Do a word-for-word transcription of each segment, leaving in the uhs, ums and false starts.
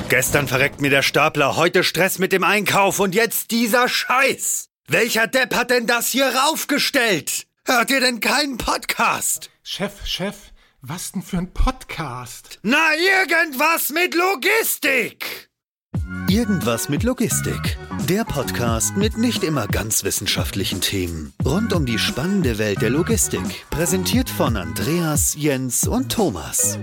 Gestern verreckt mir der Stapler, heute Stress mit dem Einkauf und jetzt dieser Scheiß. Welcher Depp hat denn das hier raufgestellt? Hört ihr denn keinen Podcast? Chef, Chef, was denn für ein Podcast? Na, irgendwas mit Logistik. Irgendwas mit Logistik. Der Podcast mit nicht immer ganz wissenschaftlichen Themen. Rund um die spannende Welt der Logistik. Präsentiert von Andreas, Jens und Thomas.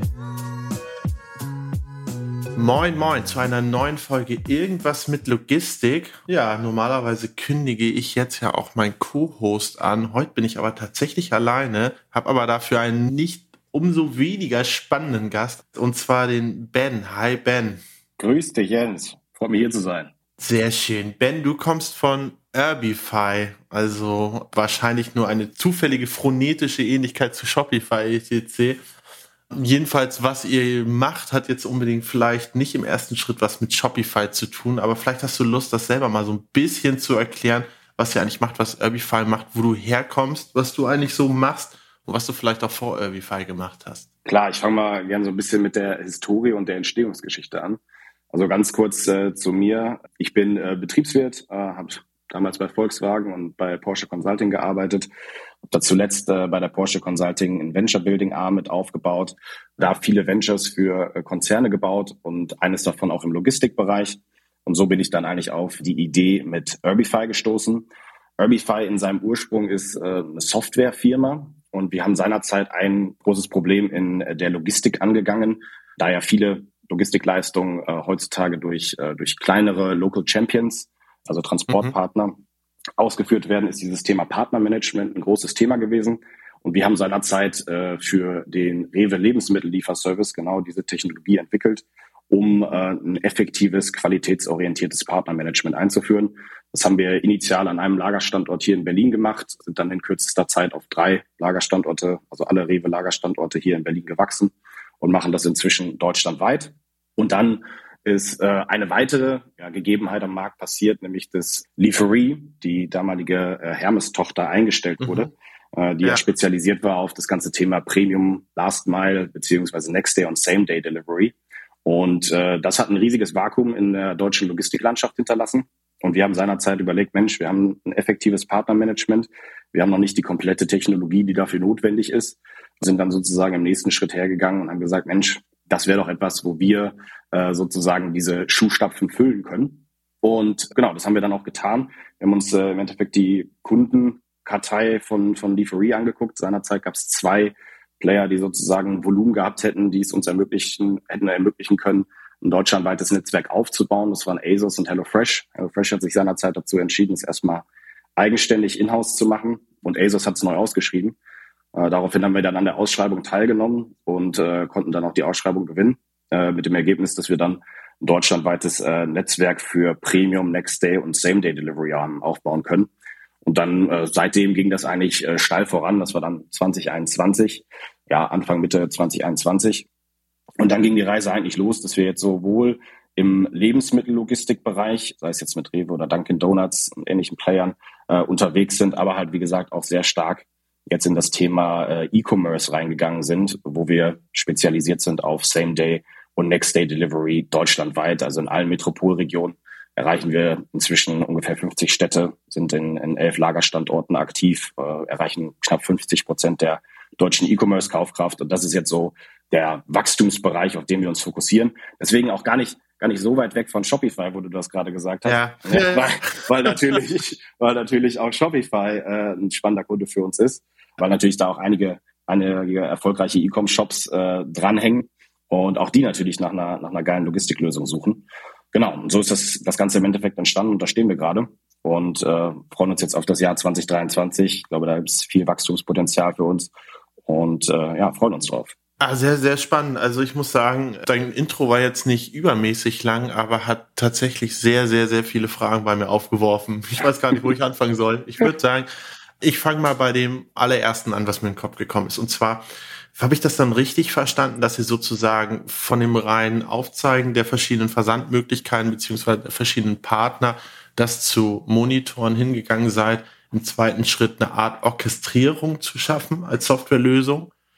Moin moin zu einer neuen Folge Irgendwas mit Logistik. Ja, normalerweise kündige ich jetzt ja auch meinen Co-Host an. Heute bin ich aber tatsächlich alleine, habe aber dafür einen nicht umso weniger spannenden Gast, und zwar den Ben. Hi Ben. Grüß dich Jens, freut mich hier zu sein. Sehr schön. Ben, du kommst von Urbify, also wahrscheinlich nur eine zufällige phronetische Ähnlichkeit zu Shopify et cetera. Jedenfalls, was ihr macht, hat jetzt unbedingt vielleicht nicht im ersten Schritt was mit Shopify zu tun, aber vielleicht hast du Lust, das selber mal so ein bisschen zu erklären, was ihr eigentlich macht, was Urbify macht, wo du herkommst, was du eigentlich so machst und was du vielleicht auch vor Urbify gemacht hast. Klar, ich fange mal gerne so ein bisschen mit der Historie und der Entstehungsgeschichte an. Also ganz kurz äh, zu mir. Ich bin äh, Betriebswirt, äh, habe damals bei Volkswagen und bei Porsche Consulting gearbeitet. Habe da zuletzt äh, bei der Porsche Consulting ein Venture Building Arm mit aufgebaut. Da viele Ventures für äh, Konzerne gebaut und eines davon auch im Logistikbereich. Und so bin ich dann eigentlich auf die Idee mit Urbify gestoßen. Urbify in seinem Ursprung ist äh, eine Softwarefirma und wir haben seinerzeit ein großes Problem in äh, der Logistik angegangen, da ja viele Logistikleistungen äh, heutzutage durch, äh, durch kleinere Local Champions, also Transportpartner, mhm. ausgeführt werden, ist dieses Thema Partnermanagement ein großes Thema gewesen. Und wir haben seinerzeit äh, für den Rewe Lebensmittellieferservice genau diese Technologie entwickelt, um äh, ein effektives, qualitätsorientiertes Partnermanagement einzuführen. Das haben wir initial an einem Lagerstandort hier in Berlin gemacht, sind dann in kürzester Zeit auf drei Lagerstandorte, also alle Rewe-Lagerstandorte hier in Berlin gewachsen und machen das inzwischen deutschlandweit. Und dann ist äh, eine weitere ja, Gegebenheit am Markt passiert, nämlich dass Lieferee, die damalige äh, Hermes-Tochter, eingestellt mhm. wurde, äh, die ja. ja spezialisiert war auf das ganze Thema Premium, Last Mile beziehungsweise Next Day und Same Day Delivery. Und äh, das hat ein riesiges Vakuum in der deutschen Logistiklandschaft hinterlassen. Und wir haben seinerzeit überlegt, Mensch, wir haben ein effektives Partnermanagement, wir haben noch nicht die komplette Technologie, die dafür notwendig ist. Wir sind dann sozusagen im nächsten Schritt hergegangen und haben gesagt, Mensch, das wäre doch etwas, wo wir äh, sozusagen diese Schuhstapfen füllen können. Und genau, das haben wir dann auch getan. Wir haben uns äh, im Endeffekt die Kundenkartei von, von Lieferee angeguckt. Seinerzeit gab es zwei Player, die sozusagen Volumen gehabt hätten, die es uns ermöglichen, hätten ermöglichen können, ein deutschlandweites Netzwerk aufzubauen. Das waren ASOS und HelloFresh. HelloFresh hat sich seinerzeit dazu entschieden, es erstmal eigenständig in-house zu machen. Und ASOS hat es neu ausgeschrieben. Äh, daraufhin haben wir dann an der Ausschreibung teilgenommen und äh, konnten dann auch die Ausschreibung gewinnen, äh, mit dem Ergebnis, dass wir dann ein deutschlandweites äh, Netzwerk für Premium, Next Day und Same Day Delivery haben aufbauen können. Und dann äh, seitdem ging das eigentlich äh, steil voran. Das war dann zwanzig einundzwanzig, ja Anfang Mitte zwanzig einundzwanzig. Und dann ging die Reise eigentlich los, dass wir jetzt sowohl im Lebensmittellogistikbereich, sei es jetzt mit Rewe oder Dunkin' Donuts und ähnlichen Playern, äh, unterwegs sind, aber halt wie gesagt auch sehr stark jetzt in das Thema äh, E-Commerce reingegangen sind, wo wir spezialisiert sind auf Same-Day und Next-Day-Delivery deutschlandweit. Also in allen Metropolregionen erreichen wir inzwischen ungefähr fünfzig Städte, sind in, in elf Lagerstandorten aktiv, äh, erreichen knapp fünfzig Prozent der deutschen E-Commerce-Kaufkraft. Und das ist jetzt so der Wachstumsbereich, auf den wir uns fokussieren. Deswegen auch gar nicht gar nicht so weit weg von Shopify, wo du das gerade gesagt hast. Ja. Ja, weil, weil natürlich, weil natürlich auch Shopify äh, ein spannender Kunde für uns ist, weil natürlich da auch einige, einige erfolgreiche E-Com-Shops äh, dranhängen und auch die natürlich nach einer, nach einer geilen Logistiklösung suchen. Genau, und so ist das, das Ganze im Endeffekt entstanden und da stehen wir gerade und äh, freuen uns jetzt auf das Jahr zwanzig dreiundzwanzig. Ich glaube, da gibt es viel Wachstumspotenzial für uns und äh, ja, freuen uns drauf. Ah, sehr, sehr spannend. Also ich muss sagen, dein Intro war jetzt nicht übermäßig lang, aber hat tatsächlich sehr, sehr, sehr viele Fragen bei mir aufgeworfen. Ich weiß gar nicht, wo ich anfangen soll. Ich würde sagen, ich fange mal bei dem allerersten an, was mir in den Kopf gekommen ist. Und zwar, habe ich das dann richtig verstanden, dass ihr sozusagen von dem reinen Aufzeigen der verschiedenen Versandmöglichkeiten beziehungsweise der verschiedenen Partner, das zu monitoren hingegangen seid, im zweiten Schritt eine Art Orchestrierung zu schaffen als Softwarelösung?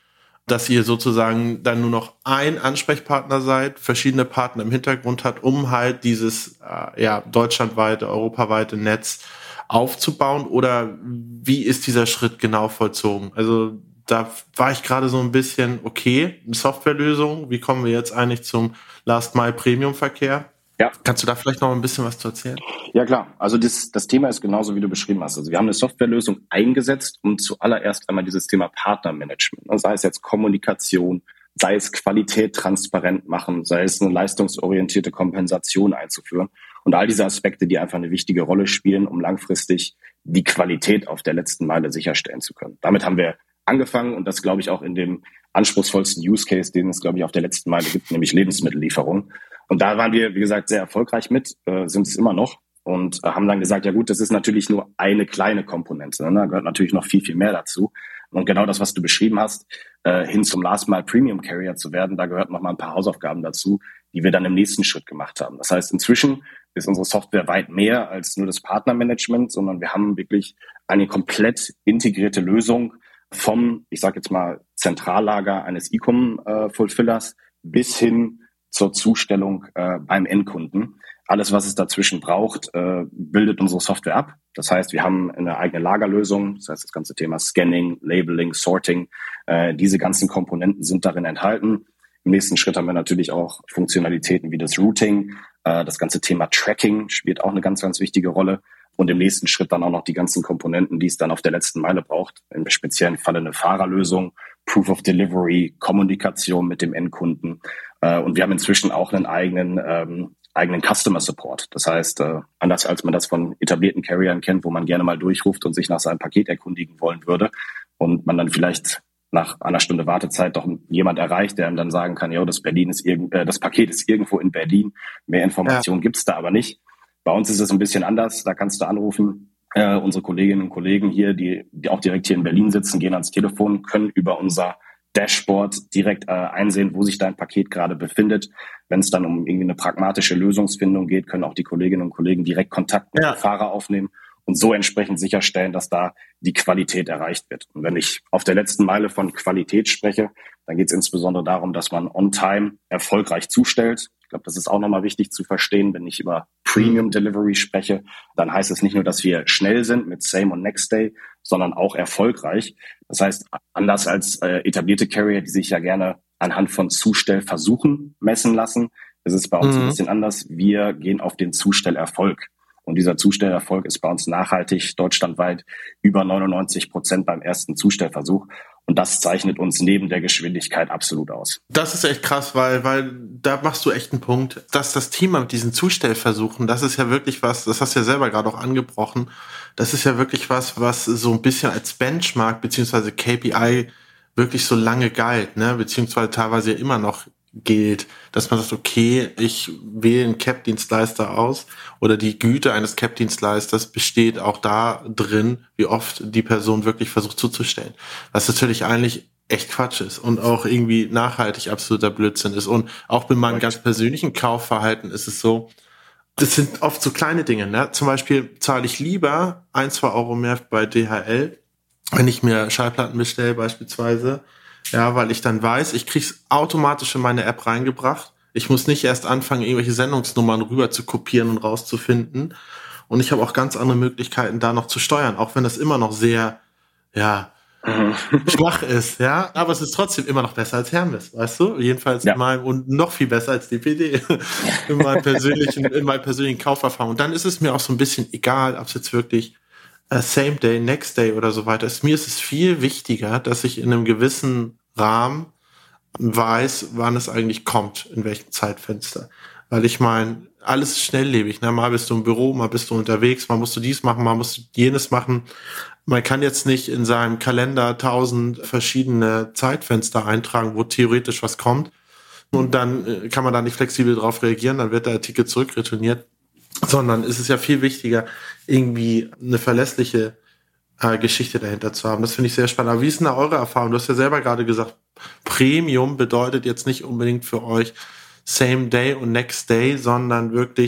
dass ihr sozusagen dann nur noch ein Ansprechpartner seid, verschiedene Partner im Hintergrund hat, um halt dieses äh, ja deutschlandweite, europaweite Netz aufzubauen? Oder wie ist dieser Schritt genau vollzogen? Also da war ich gerade so ein bisschen, okay, eine Softwarelösung, wie kommen wir jetzt eigentlich zum Last-Mile-Premium-Verkehr? Ja. Kannst du da vielleicht noch ein bisschen was zu erzählen? Ja, klar. Also das, das Thema ist genauso, wie du beschrieben hast. Also wir haben eine Softwarelösung eingesetzt, um zuallererst einmal dieses Thema Partnermanagement, sei es jetzt Kommunikation, sei es Qualität transparent machen, sei es eine leistungsorientierte Kompensation einzuführen und all diese Aspekte, die einfach eine wichtige Rolle spielen, um langfristig die Qualität auf der letzten Meile sicherstellen zu können. Damit haben wir angefangen und das, glaube ich, auch in dem anspruchsvollsten Use Case, den es, glaube ich, auf der letzten Meile gibt, nämlich Lebensmittellieferung. Und da waren wir, wie gesagt, sehr erfolgreich mit, äh, sind es immer noch und äh, haben dann gesagt, ja gut, das ist natürlich nur eine kleine Komponente. Ne? Da gehört natürlich noch viel, viel mehr dazu. Und genau das, was du beschrieben hast, äh, hin zum Last Mile Premium Carrier zu werden, da gehört noch mal ein paar Hausaufgaben dazu, die wir dann im nächsten Schritt gemacht haben. Das heißt, inzwischen ist unsere Software weit mehr als nur das Partnermanagement, sondern wir haben wirklich eine komplett integrierte Lösung vom, ich sage jetzt mal, Zentrallager eines E-Com-Fulfillers bis hin zur Zustellung äh, beim Endkunden. Alles, was es dazwischen braucht, äh, bildet unsere Software ab. Das heißt, wir haben eine eigene Lagerlösung. Das heißt, das ganze Thema Scanning, Labeling, Sorting, äh, diese ganzen Komponenten sind darin enthalten. Im nächsten Schritt haben wir natürlich auch Funktionalitäten wie das Routing. Äh, das ganze Thema Tracking spielt auch eine ganz, ganz wichtige Rolle. Und im nächsten Schritt dann auch noch die ganzen Komponenten, die es dann auf der letzten Meile braucht. Im speziellen Falle eine Fahrerlösung, Proof of Delivery, Kommunikation mit dem Endkunden. Äh, und wir haben inzwischen auch einen eigenen ähm, eigenen Customer Support. Das heißt, äh, anders als man das von etablierten Carriern kennt, wo man gerne mal durchruft und sich nach seinem Paket erkundigen wollen würde und man dann vielleicht nach einer Stunde Wartezeit doch jemand erreicht, der ihm dann sagen kann, ja, das Berlin ist irgend, äh, das Paket ist irgendwo in Berlin. Mehr Informationen ja. gibt's da aber nicht. Bei uns ist es ein bisschen anders. Da kannst du anrufen. Äh, unsere Kolleginnen und Kollegen hier, die, die auch direkt hier in Berlin sitzen, gehen ans Telefon, können über unser Dashboard direkt äh, einsehen, wo sich dein Paket gerade befindet. Wenn es dann um irgendwie eine pragmatische Lösungsfindung geht, können auch die Kolleginnen und Kollegen direkt Kontakt mit ja. dem Fahrer aufnehmen und so entsprechend sicherstellen, dass da die Qualität erreicht wird. Und wenn ich auf der letzten Meile von Qualität spreche, dann geht es insbesondere darum, dass man on time erfolgreich zustellt. Ich glaube, das ist auch nochmal wichtig zu verstehen. Wenn ich über Premium Delivery spreche, dann heißt es nicht nur, dass wir schnell sind mit Same und Next Day, sondern auch erfolgreich. Das heißt, anders als äh, etablierte Carrier, die sich ja gerne anhand von Zustellversuchen messen lassen, ist es bei uns mhm. ein bisschen anders. Wir gehen auf den Zustellerfolg. Und dieser Zustellerfolg ist bei uns nachhaltig deutschlandweit über neunundneunzig Prozent beim ersten Zustellversuch. Und das zeichnet uns neben der Geschwindigkeit absolut aus. Das ist echt krass, weil, weil da machst du echt einen Punkt. Dass das Thema mit diesen Zustellversuchen, das ist ja wirklich was, das hast du ja selber gerade auch angebrochen, das ist ja wirklich was, was so ein bisschen als Benchmark beziehungsweise K P I wirklich so lange galt, ne, beziehungsweise teilweise ja immer noch gilt, dass man sagt, okay, ich wähle einen C A P-Dienstleister aus oder die Güte eines C A P-Dienstleisters besteht auch da drin, wie oft die Person wirklich versucht zuzustellen. Was natürlich eigentlich echt Quatsch ist und auch irgendwie nachhaltig absoluter Blödsinn ist. Und auch bei meinem ganz persönlichen Kaufverhalten ist es so, das sind oft so kleine Dinge, ne? Zum Beispiel zahle ich lieber ein, zwei Euro mehr bei D H L, wenn ich mir Schallplatten bestelle beispielsweise. Ja, weil ich dann weiß, ich krieg's automatisch in meine App reingebracht. Ich muss nicht erst anfangen, irgendwelche Sendungsnummern rüber zu kopieren und rauszufinden. Und ich habe auch ganz andere Möglichkeiten, da noch zu steuern, auch wenn das immer noch sehr, ja, schwach ist, ja. Aber es ist trotzdem immer noch besser als Hermes, weißt du? Jedenfalls ja. in meinem, und noch viel besser als D P D in meinem persönlichen, in meinem persönlichen Kauferfahrung. Und dann ist es mir auch so ein bisschen egal, ob es jetzt wirklich Same Day, Next Day oder so weiter ist. Mir ist es viel wichtiger, dass ich in einem gewissen Rahmen weiß, wann es eigentlich kommt, in welchem Zeitfenster. Weil ich meine, alles ist schnelllebig. Ne? Mal bist du im Büro, mal bist du unterwegs, mal musst du dies machen, mal musst du jenes machen. Man kann jetzt nicht in seinem Kalender tausend verschiedene Zeitfenster eintragen, wo theoretisch was kommt. Und dann kann man da nicht flexibel drauf reagieren, dann wird der Artikel zurückretourniert. Sondern ist es ja viel wichtiger, irgendwie eine verlässliche äh, Geschichte dahinter zu haben. Das finde ich sehr spannend. Aber wie ist denn da eure Erfahrung? Du hast ja selber gerade gesagt, Premium bedeutet jetzt nicht unbedingt für euch Same Day und Next Day, sondern wirklich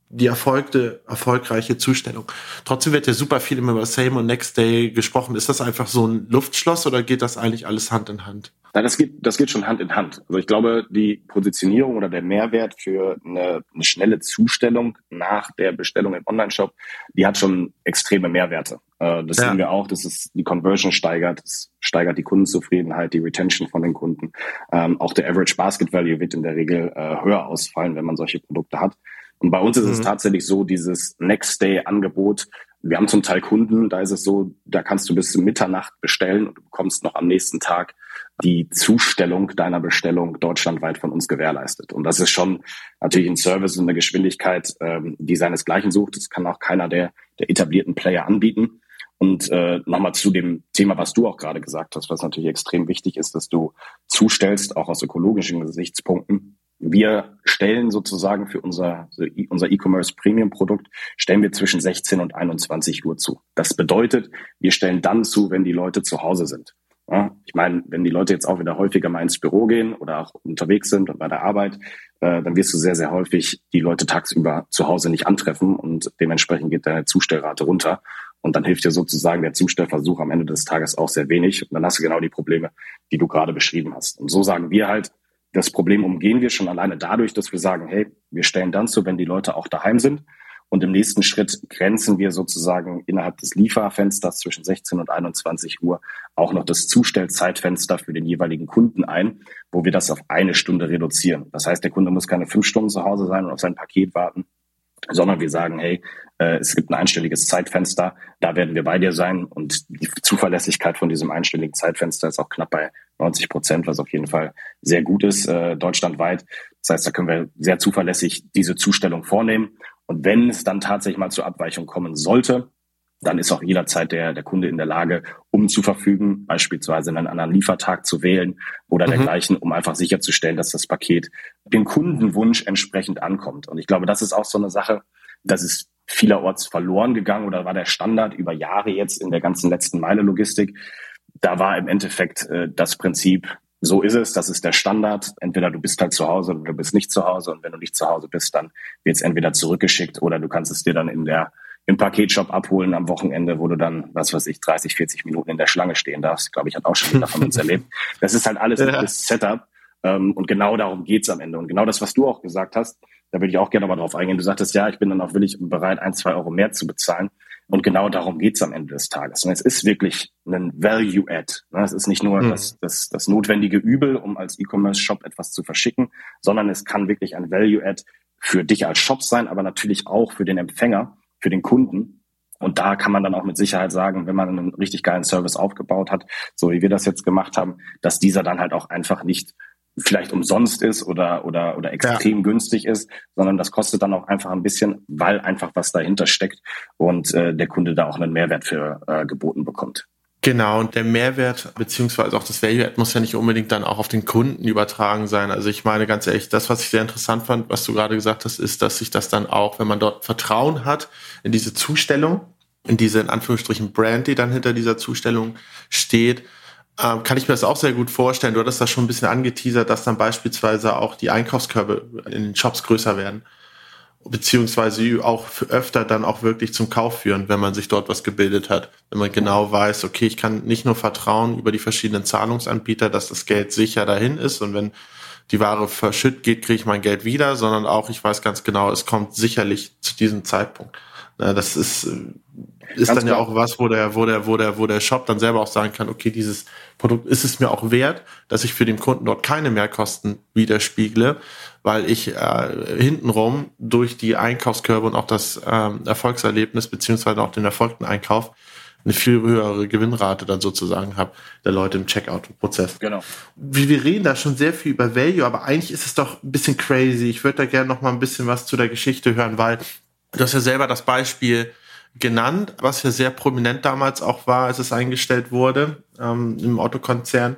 die erfolgte, erfolgreiche Zustellung. Trotzdem wird ja super viel immer über Same und Next Day gesprochen. Ist das einfach so ein Luftschloss oder geht das eigentlich alles Hand in Hand? Ja, das geht, das geht schon Hand in Hand. Also ich glaube, die Positionierung oder der Mehrwert für eine, eine schnelle Zustellung nach der Bestellung im Online-Shop, die hat schon extreme Mehrwerte. Das ja. sehen wir auch, dass es die Conversion steigert, es steigert die Kundenzufriedenheit, die Retention von den Kunden. Ähm, auch der Average Basket Value wird in der Regel äh, höher ausfallen, wenn man solche Produkte hat. Und bei uns ist mhm. es tatsächlich so, dieses Next-Day-Angebot, wir haben zum Teil Kunden, da ist es so, da kannst du bis Mitternacht bestellen und du bekommst noch am nächsten Tag die Zustellung deiner Bestellung deutschlandweit von uns gewährleistet. Und das ist schon natürlich ein Service und eine Geschwindigkeit, ähm, die seinesgleichen sucht. Das kann auch keiner der, der etablierten Player anbieten. Und äh, nochmal zu dem Thema, was du auch gerade gesagt hast, was natürlich extrem wichtig ist, dass du zustellst, auch aus ökologischen Gesichtspunkten. Wir stellen sozusagen für unser, unser E-Commerce Premium Produkt, stellen wir zwischen sechzehn und einundzwanzig Uhr zu. Das bedeutet, wir stellen dann zu, wenn die Leute zu Hause sind. Ja, ich meine, wenn die Leute jetzt auch wieder häufiger mal ins Büro gehen oder auch unterwegs sind und bei der Arbeit, äh, dann wirst du sehr, sehr häufig die Leute tagsüber zu Hause nicht antreffen und dementsprechend geht deine Zustellrate runter. Und dann hilft dir sozusagen der Zustellversuch am Ende des Tages auch sehr wenig. Und dann hast du genau die Probleme, die du gerade beschrieben hast. Und so sagen wir halt, das Problem umgehen wir schon alleine dadurch, dass wir sagen, hey, wir stellen dann zu, wenn die Leute auch daheim sind. Und im nächsten Schritt grenzen wir sozusagen innerhalb des Lieferfensters zwischen sechzehn und einundzwanzig Uhr auch noch das Zustellzeitfenster für den jeweiligen Kunden ein, wo wir das auf eine Stunde reduzieren. Das heißt, der Kunde muss keine fünf Stunden zu Hause sein und auf sein Paket warten, sondern wir sagen, hey, äh, es gibt ein einstelliges Zeitfenster, da werden wir bei dir sein. Und die Zuverlässigkeit von diesem einstelligen Zeitfenster ist auch knapp bei neunzig Prozent, was auf jeden Fall sehr gut ist, äh, deutschlandweit. Das heißt, da können wir sehr zuverlässig diese Zustellung vornehmen. Und wenn es dann tatsächlich mal zur Abweichung kommen sollte, dann ist auch jederzeit der, der Kunde in der Lage, umzuverfügen, beispielsweise einen anderen Liefertag zu wählen oder mhm. dergleichen, um einfach sicherzustellen, dass das Paket dem Kundenwunsch entsprechend ankommt. Und ich glaube, das ist auch so eine Sache, das ist vielerorts verloren gegangen oder war der Standard über Jahre jetzt in der ganzen letzten Meile Logistik. Da war im Endeffekt äh, das Prinzip, so ist es, das ist der Standard. Entweder du bist halt zu Hause oder du bist nicht zu Hause. Und wenn du nicht zu Hause bist, dann wird es entweder zurückgeschickt oder du kannst es dir dann in der im Paketshop abholen am Wochenende, wo du dann, was weiß ich, dreißig, vierzig Minuten in der Schlange stehen darfst. Glaube ich, hat auch schon jeder von uns erlebt. Das ist halt alles ja. das Setup. Und genau darum geht's am Ende. Und genau das, was du auch gesagt hast, da würde ich auch gerne mal drauf eingehen. Du sagtest, ja, ich bin dann auch willig und bereit, ein, zwei Euro mehr zu bezahlen. Und genau darum geht's am Ende des Tages. Und es ist wirklich ein Value-Add. Es ist nicht nur mhm. das, das, das notwendige Übel, um als E-Commerce-Shop etwas zu verschicken, sondern es kann wirklich ein Value-Add für dich als Shop sein, aber natürlich auch für den Empfänger, für den Kunden. Und da kann man dann auch mit Sicherheit sagen, wenn man einen richtig geilen Service aufgebaut hat, so wie wir das jetzt gemacht haben, dass dieser dann halt auch einfach nicht vielleicht umsonst ist oder oder oder extrem ja. günstig ist, sondern das kostet dann auch einfach ein bisschen, weil einfach was dahinter steckt und äh, der Kunde da auch einen Mehrwert für äh, geboten bekommt. Genau, und der Mehrwert beziehungsweise auch das Value-Add muss ja nicht unbedingt dann auch auf den Kunden übertragen sein. Also ich meine ganz ehrlich, das, was ich sehr interessant fand, was du gerade gesagt hast, ist, dass sich das dann auch, wenn man dort Vertrauen hat in diese Zustellung, in diese in Anführungsstrichen Brand, die dann hinter dieser Zustellung steht, ähm, kann ich mir das auch sehr gut vorstellen. Du hattest das schon ein bisschen angeteasert, dass dann beispielsweise auch die Einkaufskörbe in den Shops größer werden, beziehungsweise auch öfter dann auch wirklich zum Kauf führen, wenn man sich dort was gebildet hat. Wenn man genau weiß, okay, ich kann nicht nur vertrauen über die verschiedenen Zahlungsanbieter, dass das Geld sicher dahin ist und wenn die Ware verschütt geht, kriege ich mein Geld wieder, sondern auch, ich weiß ganz genau, es kommt sicherlich zu diesem Zeitpunkt. Das ist, ist dann ja auch was, wo der, wo der, wo der, wo der Shop dann selber auch sagen kann, okay, dieses Produkt ist es mir auch wert, dass ich für den Kunden dort keine Mehrkosten widerspiegle, weil ich äh, hintenrum durch die Einkaufskörbe und auch das ähm, Erfolgserlebnis beziehungsweise auch den erfolgten Einkauf eine viel höhere Gewinnrate dann sozusagen habe, der Leute im Checkout-Prozess. Genau. Wir, wir reden da schon sehr viel über Value, aber eigentlich ist es doch ein bisschen crazy. Ich würde da gerne noch mal ein bisschen was zu der Geschichte hören, weil du hast ja selber das Beispiel genannt, was ja sehr prominent damals auch war, als es eingestellt wurde ähm, im Otto-Konzern.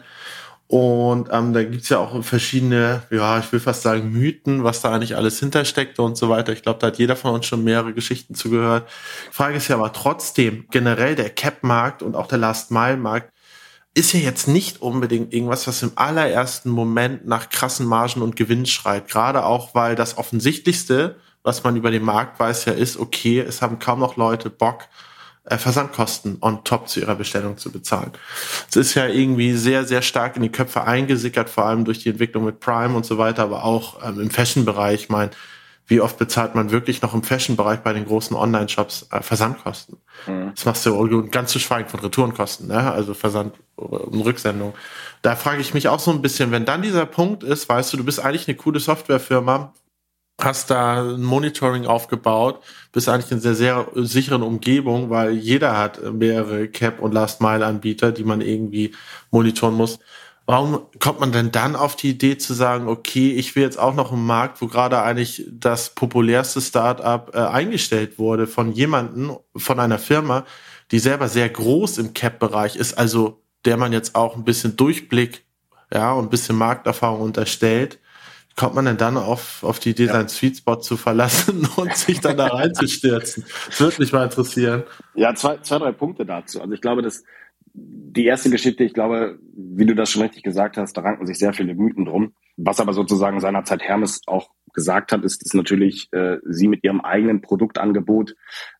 Und ähm, da gibt's ja auch verschiedene, ja, ich will fast sagen Mythen, was da eigentlich alles hintersteckte und so weiter. Ich glaube, da hat jeder von uns schon mehrere Geschichten zugehört. Die Frage ist ja aber trotzdem, generell der Cap-Markt und auch der Last-Mile-Markt ist ja jetzt nicht unbedingt irgendwas, was im allerersten Moment nach krassen Margen und Gewinn schreit. Gerade auch, weil das Offensichtlichste, was man über den Markt weiß, ja ist, okay, es haben kaum noch Leute Bock, äh, Versandkosten on top zu ihrer Bestellung zu bezahlen. Es ist ja irgendwie sehr, sehr stark in die Köpfe eingesickert, vor allem durch die Entwicklung mit Prime und so weiter, aber auch ähm, im Fashion-Bereich. Ich meine, wie oft bezahlt man wirklich noch im Fashion-Bereich bei den großen Online-Shops äh, Versandkosten? Mhm. Das machst du ganz zu schweigen von Retourenkosten, ne? Also Versand und Rücksendung. Da frage ich mich auch so ein bisschen, wenn dann dieser Punkt ist, weißt du, du bist eigentlich eine coole Softwarefirma, hast da ein Monitoring aufgebaut, bist eigentlich in einer sehr, sehr sicheren Umgebung, weil jeder hat mehrere Cap- und Last-Mile-Anbieter, die man irgendwie monitoren muss. Warum kommt man denn dann auf die Idee zu sagen, okay, ich will jetzt auch noch einen Markt, wo gerade eigentlich das populärste Startup äh, eingestellt wurde von jemandem, von einer Firma, die selber sehr groß im Cap-Bereich ist, also der man jetzt auch ein bisschen Durchblick, ja, und ein bisschen Markterfahrung unterstellt. Kommt man denn dann auf, auf die Idee, ja. seinen Sweet Spot zu verlassen und sich dann da reinzustürzen? Das würde mich mal interessieren. Ja, zwei, zwei, drei Punkte dazu. Also ich glaube, dass die erste Geschichte, ich glaube, wie du das schon richtig gesagt hast, da ranken sich sehr viele Mythen drum. Was aber sozusagen seinerzeit Hermes auch gesagt hat, ist, dass natürlich äh, sie mit ihrem eigenen Produktangebot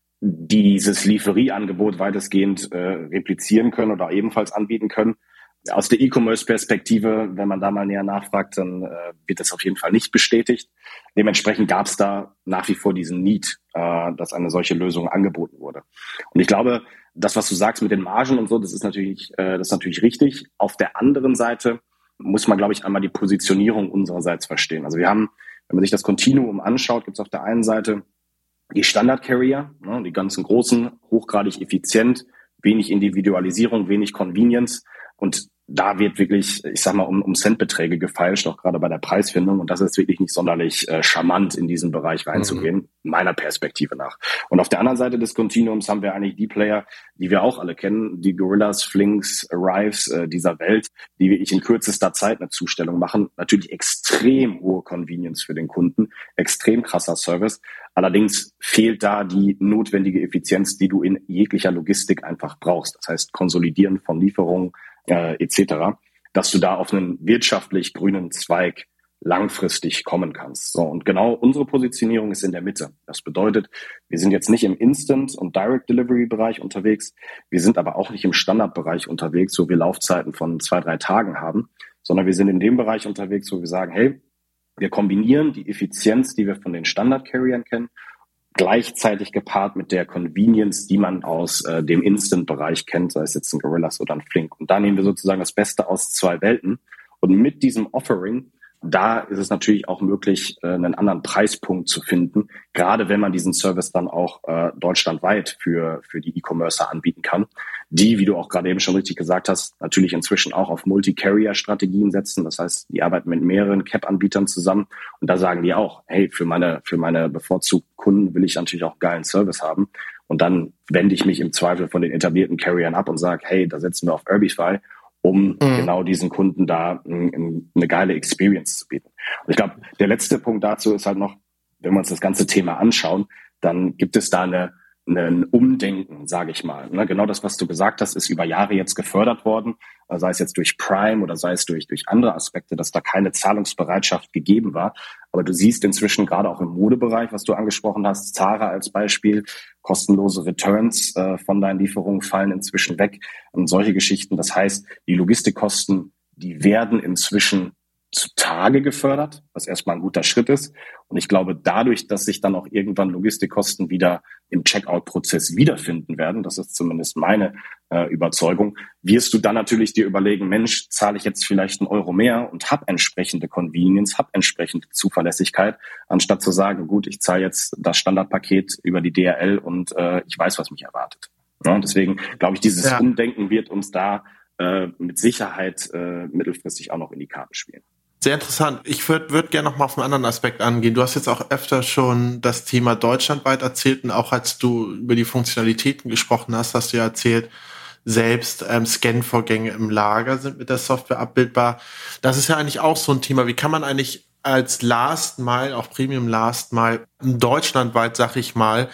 dieses Lieferieangebot weitestgehend äh, replizieren können oder ebenfalls anbieten können. Aus der E-Commerce-Perspektive, wenn man da mal näher nachfragt, dann äh, wird das auf jeden Fall nicht bestätigt. Dementsprechend gab es da nach wie vor diesen Need, äh, dass eine solche Lösung angeboten wurde. Und ich glaube, das, was du sagst mit den Margen und so, das ist natürlich, äh, das ist natürlich richtig. Auf der anderen Seite muss man, glaube ich, einmal die Positionierung unsererseits verstehen. Also wir haben, wenn man sich das Kontinuum anschaut, gibt es auf der einen Seite die Standard-Carrier, ne, die ganzen großen, hochgradig effizient, wenig Individualisierung, wenig Convenience. Und da wird wirklich, ich sag mal, um, um Centbeträge gefeilscht, auch gerade bei der Preisfindung. Und das ist wirklich nicht sonderlich äh, charmant, in diesen Bereich reinzugehen, mhm. meiner Perspektive nach. Und auf der anderen Seite des Kontinuums haben wir eigentlich die Player, die wir auch alle kennen, die Gorillas, Flinks, Arrives äh, dieser Welt, die wirklich in kürzester Zeit eine Zustellung machen. Natürlich extrem hohe Convenience für den Kunden, extrem krasser Service. Allerdings fehlt da die notwendige Effizienz, die du in jeglicher Logistik einfach brauchst. Das heißt, Konsolidieren von Lieferungen, Äh, et cetera, dass du da auf einen wirtschaftlich grünen Zweig langfristig kommen kannst. So, und genau unsere Positionierung ist in der Mitte. Das bedeutet, wir sind jetzt nicht im Instant- und Direct-Delivery-Bereich unterwegs, wir sind aber auch nicht im Standardbereich unterwegs, wo wir Laufzeiten von zwei, drei Tagen haben, sondern wir sind in dem Bereich unterwegs, wo wir sagen, hey, wir kombinieren die Effizienz, die wir von den Standard-Carriern kennen, gleichzeitig gepaart mit der Convenience, die man aus äh, dem Instant-Bereich kennt, sei es jetzt ein Gorillas oder ein Flink. Und da nehmen wir sozusagen das Beste aus zwei Welten. Und mit diesem Offering, da ist es natürlich auch möglich, äh, einen anderen Preispunkt zu finden, gerade wenn man diesen Service dann auch äh, deutschlandweit für für die E-Commercer anbieten kann, die, wie du auch gerade eben schon richtig gesagt hast, natürlich inzwischen auch auf Multi-Carrier-Strategien setzen. Das heißt, die arbeiten mit mehreren Cap-Anbietern zusammen und da sagen die auch, hey, für meine für meine bevorzugten Kunden will ich natürlich auch geilen Service haben. Und dann wende ich mich im Zweifel von den etablierten Carriern ab und sage, hey, da setzen wir auf Urbify, um mhm. genau diesen Kunden da m, eine geile Experience zu bieten. Und ich glaube, der letzte Punkt dazu ist halt noch, wenn wir uns das ganze Thema anschauen, dann gibt es da eine, ein Umdenken, sage ich mal. Ne? Genau das, was du gesagt hast, ist über Jahre jetzt gefördert worden, sei es jetzt durch Prime oder sei es durch, durch andere Aspekte, dass da keine Zahlungsbereitschaft gegeben war. Aber du siehst inzwischen gerade auch im Modebereich, was du angesprochen hast, Zara als Beispiel, kostenlose Returns äh, von deinen Lieferungen fallen inzwischen weg und solche Geschichten. Das heißt, die Logistikkosten, die werden inzwischen zutage gefördert, was erstmal ein guter Schritt ist. Und ich glaube, dadurch, dass sich dann auch irgendwann Logistikkosten wieder im Checkout-Prozess wiederfinden werden, das ist zumindest meine äh, Überzeugung, wirst du dann natürlich dir überlegen, Mensch, zahle ich jetzt vielleicht einen Euro mehr und habe entsprechende Convenience, habe entsprechende Zuverlässigkeit, anstatt zu sagen, gut, ich zahle jetzt das Standardpaket über die D H L und äh, ich weiß, was mich erwartet. Ja, und deswegen glaube ich, dieses ja. Umdenken wird uns da äh, mit Sicherheit äh, mittelfristig auch noch in die Karten spielen. Sehr interessant. Ich würde würd gerne noch mal auf einen anderen Aspekt angehen. Du hast jetzt auch öfter schon das Thema deutschlandweit erzählt und auch als du über die Funktionalitäten gesprochen hast, hast du ja erzählt, selbst ähm, Scan-Vorgänge im Lager sind mit der Software abbildbar. Das ist ja eigentlich auch so ein Thema. Wie kann man eigentlich als Last Mile, auch Premium Last Mile, deutschlandweit, sag ich mal,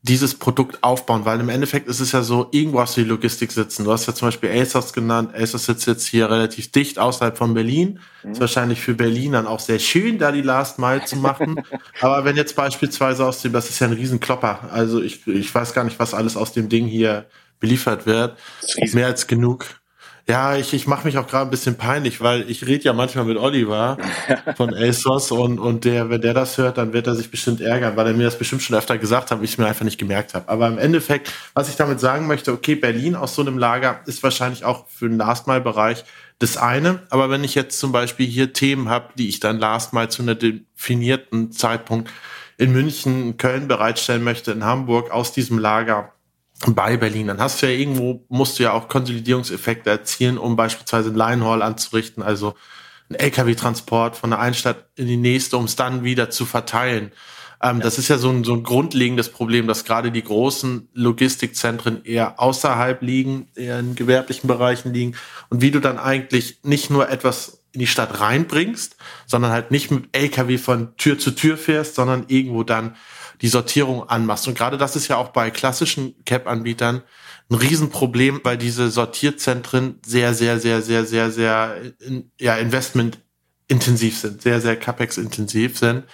dieses Produkt aufbauen? Weil im Endeffekt ist es ja so, irgendwo hast du die Logistik sitzen. Du hast ja zum Beispiel ASOS genannt. ASOS sitzt jetzt hier relativ dicht außerhalb von Berlin. Mhm. Ist wahrscheinlich für Berlin dann auch sehr schön, da die Last Mile zu machen. Aber wenn jetzt beispielsweise aus dem, das ist ja ein Riesenklopper. Also ich, ich weiß gar nicht, was alles aus dem Ding hier beliefert wird. Mehr als genug. Ja, ich, ich mache mich auch gerade ein bisschen peinlich, weil ich rede ja manchmal mit Oliver von ASOS und, und der, wenn der das hört, dann wird er sich bestimmt ärgern, weil er mir das bestimmt schon öfter gesagt hat, ich es mir einfach nicht gemerkt habe. Aber im Endeffekt, was ich damit sagen möchte, okay, Berlin aus so einem Lager ist wahrscheinlich auch für den Last-Mile-Bereich das eine. Aber wenn ich jetzt zum Beispiel hier Themen habe, die ich dann Last-Mile zu einem definierten Zeitpunkt in München, in Köln bereitstellen möchte, in Hamburg aus diesem Lager, bei Berlin, dann hast du ja irgendwo, musst du ja auch Konsolidierungseffekte erzielen, um beispielsweise einen Line-Haul anzurichten, also einen L K W-Transport von der einen Stadt in die nächste, um es dann wieder zu verteilen. Ähm, ja. Das ist ja so ein, so ein grundlegendes Problem, dass gerade die großen Logistikzentren eher außerhalb liegen, eher in gewerblichen Bereichen liegen und wie du dann eigentlich nicht nur etwas in die Stadt reinbringst, sondern halt nicht mit L K W von Tür zu Tür fährst, sondern irgendwo dann die Sortierung anmachst. Und gerade das ist ja auch bei klassischen C A P-Anbietern ein Riesenproblem, weil diese Sortierzentren sehr, sehr, sehr, sehr, sehr, sehr ja, investmentintensiv sind, sehr, sehr CapEx-intensiv sind.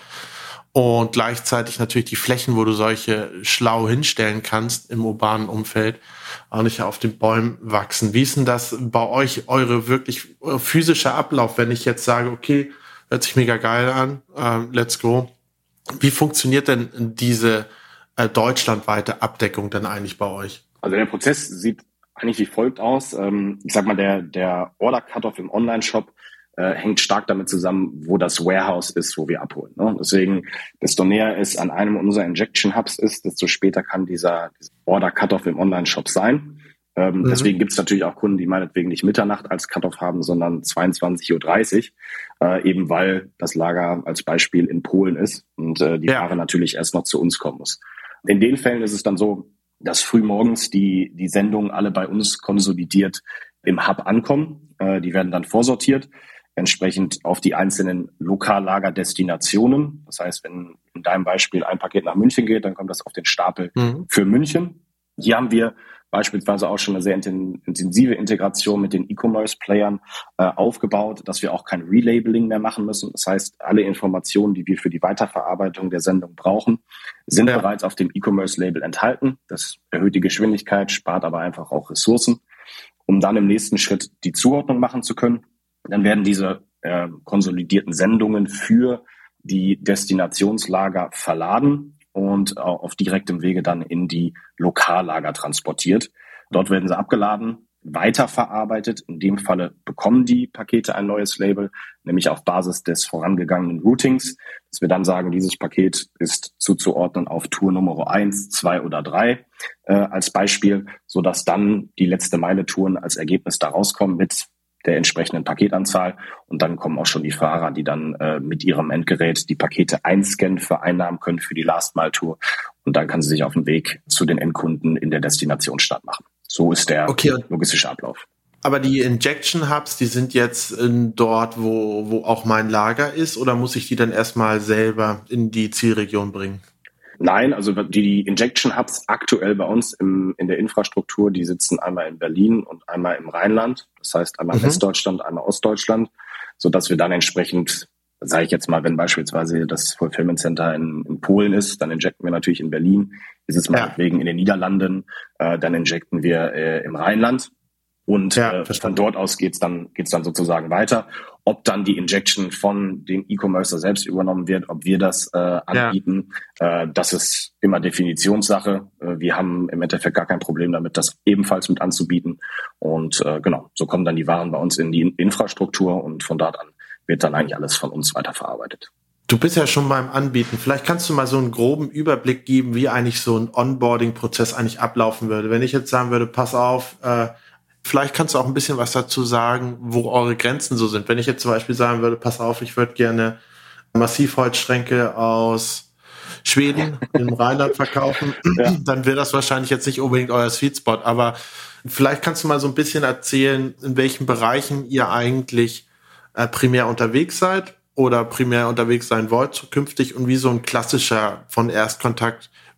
Und gleichzeitig natürlich die Flächen, wo du solche schlau hinstellen kannst im urbanen Umfeld, auch nicht auf den Bäumen wachsen. Wie ist denn das bei euch, eure wirklich physische Ablauf, wenn ich jetzt sage, okay, hört sich mega geil an, uh, let's go. Wie funktioniert denn diese äh, deutschlandweite Abdeckung denn eigentlich bei euch? Also der Prozess sieht eigentlich wie folgt aus. Ähm, ich sag mal, der, der Order-Cut-Off im Online-Shop äh, hängt stark damit zusammen, wo das Warehouse ist, wo wir abholen. Ne? Deswegen, desto näher es an einem unserer Injection-Hubs ist, desto später kann dieser, dieser Order-Cut-Off im Online-Shop sein. Ähm, mhm. Deswegen gibt es natürlich auch Kunden, die meinetwegen nicht Mitternacht als Cut-Off haben, sondern zweiundzwanzig Uhr dreißig, äh, eben weil das Lager als Beispiel in Polen ist und äh, die ja. Ware natürlich erst noch zu uns kommen muss. In den Fällen ist es dann so, dass frühmorgens die, die Sendungen alle bei uns konsolidiert im Hub ankommen. Äh, die werden dann vorsortiert, entsprechend auf die einzelnen Lokallagerdestinationen. Das heißt, wenn in deinem Beispiel ein Paket nach München geht, dann kommt das auf den Stapel mhm. für München. Hier haben wir beispielsweise auch schon eine sehr intensive Integration mit den E-Commerce-Playern äh, aufgebaut, dass wir auch kein Relabeling mehr machen müssen. Das heißt, alle Informationen, die wir für die Weiterverarbeitung der Sendung brauchen, sind ja. bereits auf dem E-Commerce-Label enthalten. Das erhöht die Geschwindigkeit, spart aber einfach auch Ressourcen, um dann im nächsten Schritt die Zuordnung machen zu können. Dann werden diese äh, konsolidierten Sendungen für die Destinationslager verladen und auf direktem Wege dann in die Lokallager transportiert. Dort werden sie abgeladen, weiterverarbeitet. In dem Falle bekommen die Pakete ein neues Label, nämlich auf Basis des vorangegangenen Routings, dass wir dann sagen, dieses Paket ist zuzuordnen auf Tour Nummer eins, zwei oder drei äh, als Beispiel, sodass dann die letzte Meile Touren als Ergebnis da rauskommen mit der entsprechenden Paketanzahl. Und dann kommen auch schon die Fahrer, die dann äh, mit ihrem Endgerät die Pakete einscannen, vereinnahmen können für die Last-Mile-Tour. Und dann kann sie sich auf den Weg zu den Endkunden in der Destinationsstadt machen. So ist der okay. logistische Ablauf. Aber die Injection-Hubs, die sind jetzt in dort, wo, wo auch mein Lager ist, oder muss ich die dann erstmal selber in die Zielregion bringen? Nein, also die Injection-Hubs aktuell bei uns im, in der Infrastruktur, die sitzen einmal in Berlin und einmal im Rheinland. Das heißt einmal mhm. Westdeutschland, einmal Ostdeutschland, sodass wir dann entsprechend, sage ich jetzt mal, wenn beispielsweise das Fulfillment Center in, in Polen ist, dann injecten wir natürlich in Berlin. Ist es meinetwegen ja. in den Niederlanden, äh, dann injecten wir äh, im Rheinland. Und ja, äh, von dort aus geht's dann geht's dann sozusagen weiter. Ob dann die Injection von dem E-Commercer selbst übernommen wird, ob wir das äh, anbieten, ja. äh, das ist immer Definitionssache. Äh, wir haben im Endeffekt gar kein Problem damit, das ebenfalls mit anzubieten. Und äh, genau, so kommen dann die Waren bei uns in die Infrastruktur und von dort an wird dann eigentlich alles von uns weiterverarbeitet. Du bist ja schon beim Anbieten. Vielleicht kannst du mal so einen groben Überblick geben, wie eigentlich so ein Onboarding-Prozess eigentlich ablaufen würde. Wenn ich jetzt sagen würde, pass auf, äh, vielleicht kannst du auch ein bisschen was dazu sagen, wo eure Grenzen so sind. Wenn ich jetzt zum Beispiel sagen würde, pass auf, ich würde gerne Massivholzschränke aus Schweden im Rheinland verkaufen, ja. dann wäre das wahrscheinlich jetzt nicht unbedingt euer Sweet Spot. Aber vielleicht kannst du mal so ein bisschen erzählen, in welchen Bereichen ihr eigentlich äh, primär unterwegs seid oder primär unterwegs sein wollt zukünftig und wie so ein klassischer von Erstkontakt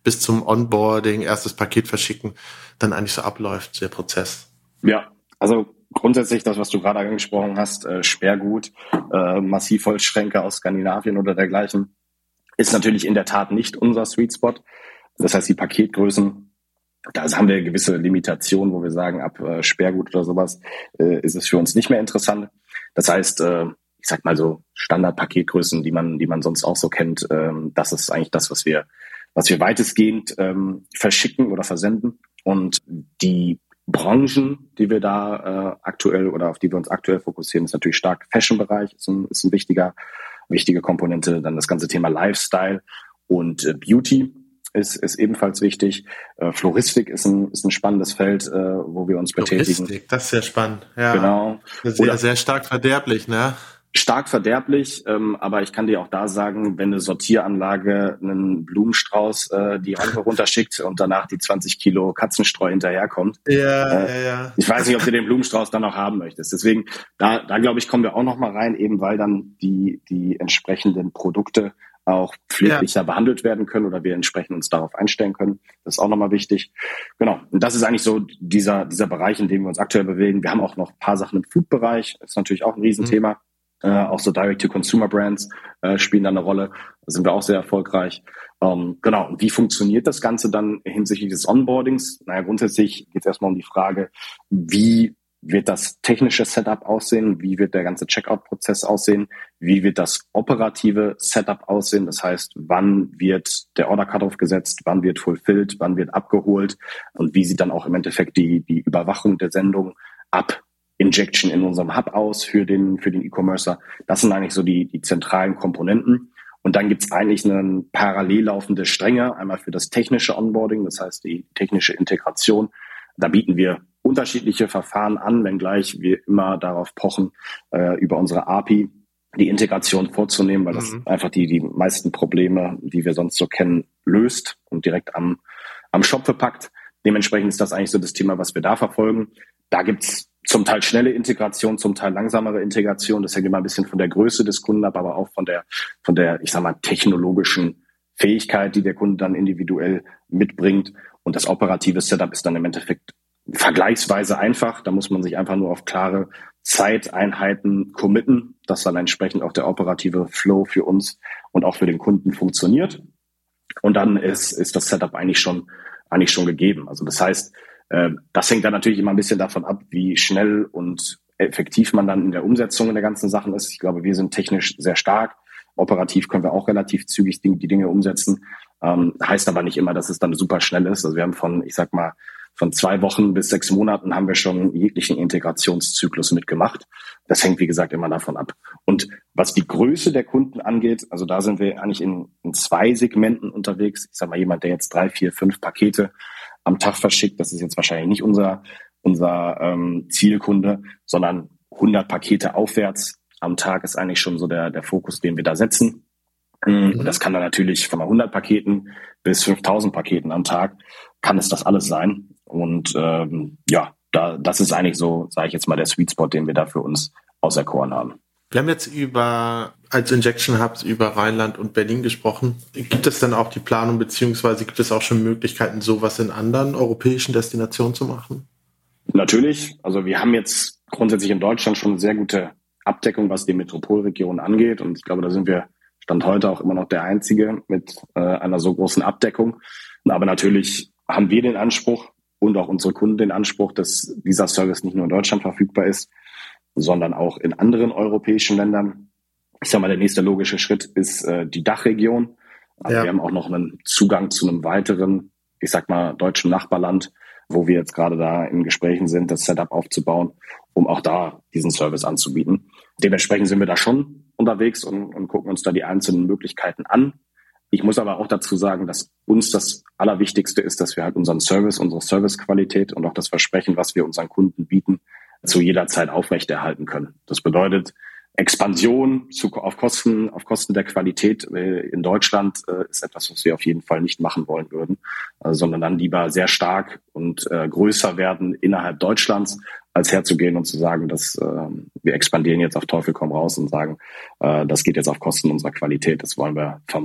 bis zum Onboarding, erstes Paket verschicken, dann eigentlich so abläuft, der Prozess. Ja, also grundsätzlich das, was du gerade angesprochen hast, äh, Sperrgut, äh, Massivholzschränke aus Skandinavien oder dergleichen, ist natürlich in der Tat nicht unser Sweet Spot. Das heißt, die Paketgrößen, da haben wir gewisse Limitationen, wo wir sagen, ab äh, Sperrgut oder sowas äh, ist es für uns nicht mehr interessant. Das heißt, äh, ich sag mal so Standardpaketgrößen, die man, die man sonst auch so kennt, ähm, das ist eigentlich das, was wir, was wir weitestgehend ähm, verschicken oder versenden. Und die Branchen, die wir da äh, aktuell oder auf die wir uns aktuell fokussieren, ist natürlich stark Fashion-Bereich, ist ein, ist ein wichtiger, wichtige Komponente. Dann das ganze Thema Lifestyle und äh, Beauty ist, ist ebenfalls wichtig. Äh, Floristik ist ein, ist ein spannendes Feld, äh, wo wir uns betätigen. Floristik, das ist sehr spannend. Ja. Genau. Sehr, Oder sehr stark verderblich, ne? Stark verderblich, ähm, aber ich kann dir auch da sagen, wenn eine Sortieranlage einen Blumenstrauß äh, die Rampe runterschickt und danach die zwanzig Kilo Katzenstreu hinterherkommt. Ja, äh, ja, ja. Ich weiß nicht, ob du den Blumenstrauß dann noch haben möchtest. Deswegen, da, da glaube ich, kommen wir auch noch mal rein, eben weil dann die, die entsprechenden Produkte auch pfleglicher ja. behandelt werden können oder wir entsprechend uns darauf einstellen können. Das ist auch nochmal wichtig. Genau. Und das ist eigentlich so dieser, dieser Bereich, in dem wir uns aktuell bewegen. Wir haben auch noch ein paar Sachen im Food-Bereich. Das ist natürlich auch ein Riesenthema. Mhm. Äh, auch so Direct-to-Consumer-Brands äh, spielen da eine Rolle. Da sind wir auch sehr erfolgreich. Ähm, genau. Und wie funktioniert das Ganze dann hinsichtlich des Onboardings? Naja, grundsätzlich geht es erstmal um die Frage, wie wird das technische Setup aussehen? Wie wird der ganze Checkout-Prozess aussehen? Wie wird das operative Setup aussehen? Das heißt, wann wird der Order-Cut-Off gesetzt? Wann wird fulfilled? Wann wird abgeholt? Und wie sieht dann auch im Endeffekt die, die Überwachung der Sendung ab Injection in unserem Hub aus für den, für den E-Commercer? Das sind eigentlich so die, die zentralen Komponenten. Und dann gibt's eigentlich eine parallel laufende Stränge, einmal für das technische Onboarding, das heißt die technische Integration. Da bieten wir unterschiedliche Verfahren an, wenngleich wir immer darauf pochen, äh, über unsere A P I die Integration vorzunehmen, weil das mhm. einfach die, die meisten Probleme, die wir sonst so kennen, löst und direkt am, am Shop verpackt. Dementsprechend ist das eigentlich so das Thema, was wir da verfolgen. Da gibt's zum Teil schnelle Integration, zum Teil langsamere Integration. Das hängt immer ein bisschen von der Größe des Kunden ab, aber auch von der, von der, ich sag mal, technologischen Fähigkeit, die der Kunde dann individuell mitbringt. Und das operative Setup ist dann im Endeffekt vergleichsweise einfach. Da muss man sich einfach nur auf klare Zeiteinheiten committen, dass dann entsprechend auch der operative Flow für uns und auch für den Kunden funktioniert. Und dann ist, ist das Setup eigentlich schon, eigentlich schon gegeben. Also das heißt, äh, das hängt dann natürlich immer ein bisschen davon ab, wie schnell und effektiv man dann in der Umsetzung der ganzen Sachen ist. Ich glaube, wir sind technisch sehr stark. Operativ können wir auch relativ zügig die, die Dinge umsetzen. Ähm, heißt aber nicht immer, dass es dann super schnell ist. Also wir haben von, ich sag mal, von zwei Wochen bis sechs Monaten haben wir schon jeglichen Integrationszyklus mitgemacht. Das hängt, wie gesagt, immer davon ab. Und was die Größe der Kunden angeht, also da sind wir eigentlich in, in zwei Segmenten unterwegs. Ich sag mal, jemand, der jetzt drei, vier, fünf Pakete am Tag verschickt, das ist jetzt wahrscheinlich nicht unser, unser ähm, Zielkunde, sondern hundert Pakete aufwärts am Tag ist eigentlich schon so der, der Fokus, den wir da setzen. Mhm. Und das kann dann natürlich von hundert Paketen bis fünftausend Paketen am Tag kann es das alles sein. Und ähm, ja, da, das ist eigentlich so, sage ich jetzt mal, der Sweet Spot, den wir da für uns auserkoren haben. Wir haben jetzt über als Injection Hubs über Rheinland und Berlin gesprochen. Gibt es dann auch die Planung, beziehungsweise gibt es auch schon Möglichkeiten, sowas in anderen europäischen Destinationen zu machen? Natürlich. Also wir haben jetzt grundsätzlich in Deutschland schon eine sehr gute Abdeckung, was die Metropolregion angeht. Und ich glaube, da sind wir Stand heute auch immer noch der Einzige mit äh, einer so großen Abdeckung. Aber natürlich haben wir den Anspruch und auch unsere Kunden den Anspruch, dass dieser Service nicht nur in Deutschland verfügbar ist, sondern auch in anderen europäischen Ländern. Ich sage mal, der nächste logische Schritt ist äh, die Dachregion. Also ja. Wir haben auch noch einen Zugang zu einem weiteren, ich sag mal, deutschen Nachbarland, wo wir jetzt gerade da in Gesprächen sind, das Setup aufzubauen, um auch da diesen Service anzubieten. Dementsprechend sind wir da schon unterwegs und, und gucken uns da die einzelnen Möglichkeiten an. Ich muss aber auch dazu sagen, dass uns das Allerwichtigste ist, dass wir halt unseren Service, unsere Servicequalität und auch das Versprechen, was wir unseren Kunden bieten, zu jeder Zeit aufrechterhalten können. Das bedeutet, Expansion zu, auf Kosten, auf Kosten der Qualität in Deutschland äh, ist etwas, was wir auf jeden Fall nicht machen wollen würden, äh, sondern dann lieber sehr stark und äh, größer werden innerhalb Deutschlands, als herzugehen und zu sagen, dass äh, wir expandieren jetzt auf Teufel komm raus und sagen, äh, das geht jetzt auf Kosten unserer Qualität. Das wollen wir vermeiden.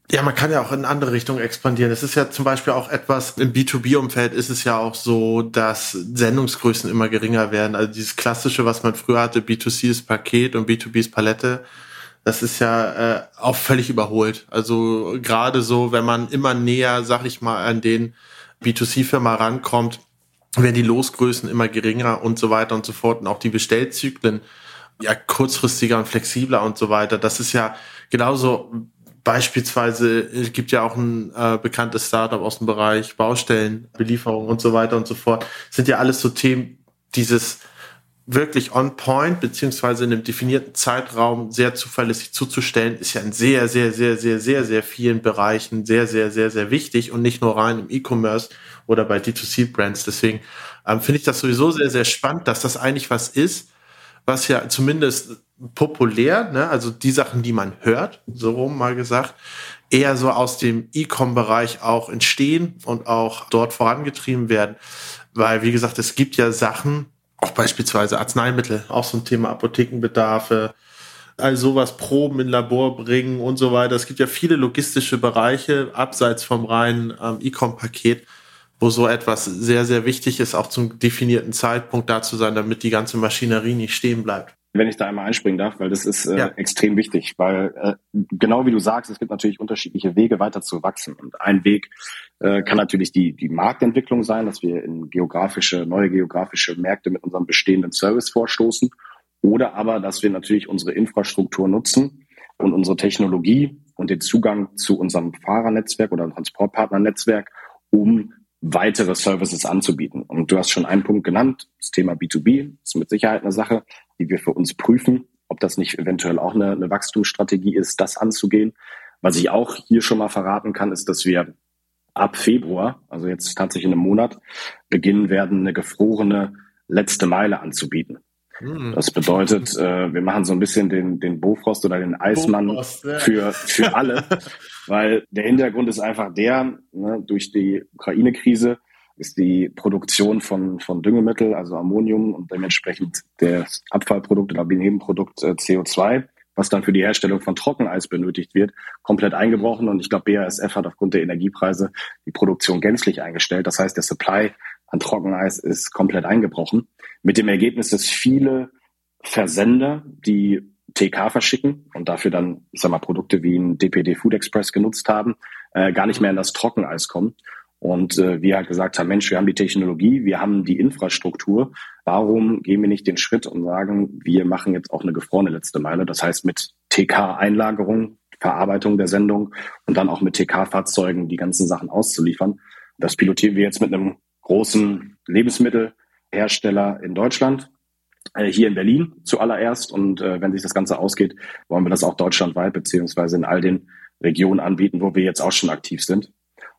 Ja, man kann ja auch in andere Richtungen expandieren. Es ist ja zum Beispiel auch etwas, im B zwei B-Umfeld ist es ja auch so, dass Sendungsgrößen immer geringer werden. Also dieses Klassische, was man früher hatte, B zwei C ist Paket und B zwei B ist Palette, das ist ja äh, auch völlig überholt. Also gerade so, wenn man immer näher, sag ich mal, an den B zwei C-Firma rankommt, werden die Losgrößen immer geringer und so weiter und so fort. Und auch die Bestellzyklen ja kurzfristiger und flexibler und so weiter. Das ist ja genauso. Beispielsweise, es gibt ja auch ein äh, bekanntes Startup aus dem Bereich Baustellenbelieferung und so weiter und so fort. Das sind ja alles so Themen, dieses wirklich on point, beziehungsweise in einem definierten Zeitraum sehr zuverlässig zuzustellen, ist ja in sehr, sehr, sehr, sehr, sehr, sehr vielen Bereichen sehr, sehr, sehr, sehr wichtig und nicht nur rein im E-Commerce oder bei D zwei C-Brands. Deswegen ähm, finde ich das sowieso sehr, sehr spannend, dass das eigentlich was ist, was ja zumindest populär, ne, also die Sachen, die man hört, so rum mal gesagt, eher so aus dem E-Com-Bereich auch entstehen und auch dort vorangetrieben werden. Weil, wie gesagt, es gibt ja Sachen, auch beispielsweise Arzneimittel, auch so ein Thema Apothekenbedarfe, all sowas, Proben in Labor bringen und so weiter. Es gibt ja viele logistische Bereiche, abseits vom reinen ähm, E-Com-Paket, wo so etwas sehr, sehr wichtig ist, auch zum definierten Zeitpunkt da zu sein, damit die ganze Maschinerie nicht stehen bleibt. Wenn ich da einmal einspringen darf, weil das ist äh, ja. extrem wichtig, weil äh, genau wie du sagst, es gibt natürlich unterschiedliche Wege, weiter zu wachsen. Und ein Weg äh, kann natürlich die die Marktentwicklung sein, dass wir in geografische, neue geografische Märkte mit unserem bestehenden Service vorstoßen, oder aber, dass wir natürlich unsere Infrastruktur nutzen und unsere Technologie und den Zugang zu unserem Fahrernetzwerk oder Transportpartnernetzwerk, um weitere Services anzubieten. Und du hast schon einen Punkt genannt, das Thema B zwei B ist mit Sicherheit eine Sache, die wir für uns prüfen, ob das nicht eventuell auch eine, eine Wachstumsstrategie ist, das anzugehen. Was ich auch hier schon mal verraten kann, ist, dass wir ab Februar, also jetzt tatsächlich in einem Monat, beginnen werden, eine gefrorene letzte Meile anzubieten. Hm. Das bedeutet, äh, wir machen so ein bisschen den, den Bofrost oder den Eismann Bofrost, ja. für, für alle, weil der Hintergrund ist einfach der, ne, durch die Ukraine-Krise ist die Produktion von, von Düngemittel, also Ammonium und dementsprechend das Abfallprodukt oder Nebenprodukt äh, C O zwei, was dann für die Herstellung von Trockeneis benötigt wird, komplett eingebrochen. Und ich glaube, B A S F hat aufgrund der Energiepreise die Produktion gänzlich eingestellt. Das heißt, der Supply an Trockeneis ist komplett eingebrochen. Mit dem Ergebnis, dass viele Versender, die T K verschicken und dafür dann, ich sag mal, Produkte wie ein D P D Food Express genutzt haben, äh, gar nicht mehr in das Trockeneis kommen. Und äh, wir halt gesagt haben, Mensch, wir haben die Technologie, wir haben die Infrastruktur. Warum gehen wir nicht den Schritt und sagen, wir machen jetzt auch eine gefrorene letzte Meile? Das heißt mit T K-Einlagerung, Verarbeitung der Sendung und dann auch mit T K-Fahrzeugen die ganzen Sachen auszuliefern. Das pilotieren wir jetzt mit einem großen Lebensmittelhersteller in Deutschland, äh, hier in Berlin zuallererst. Und äh, wenn sich das Ganze ausgeht, wollen wir das auch deutschlandweit beziehungsweise in all den Regionen anbieten, wo wir jetzt auch schon aktiv sind.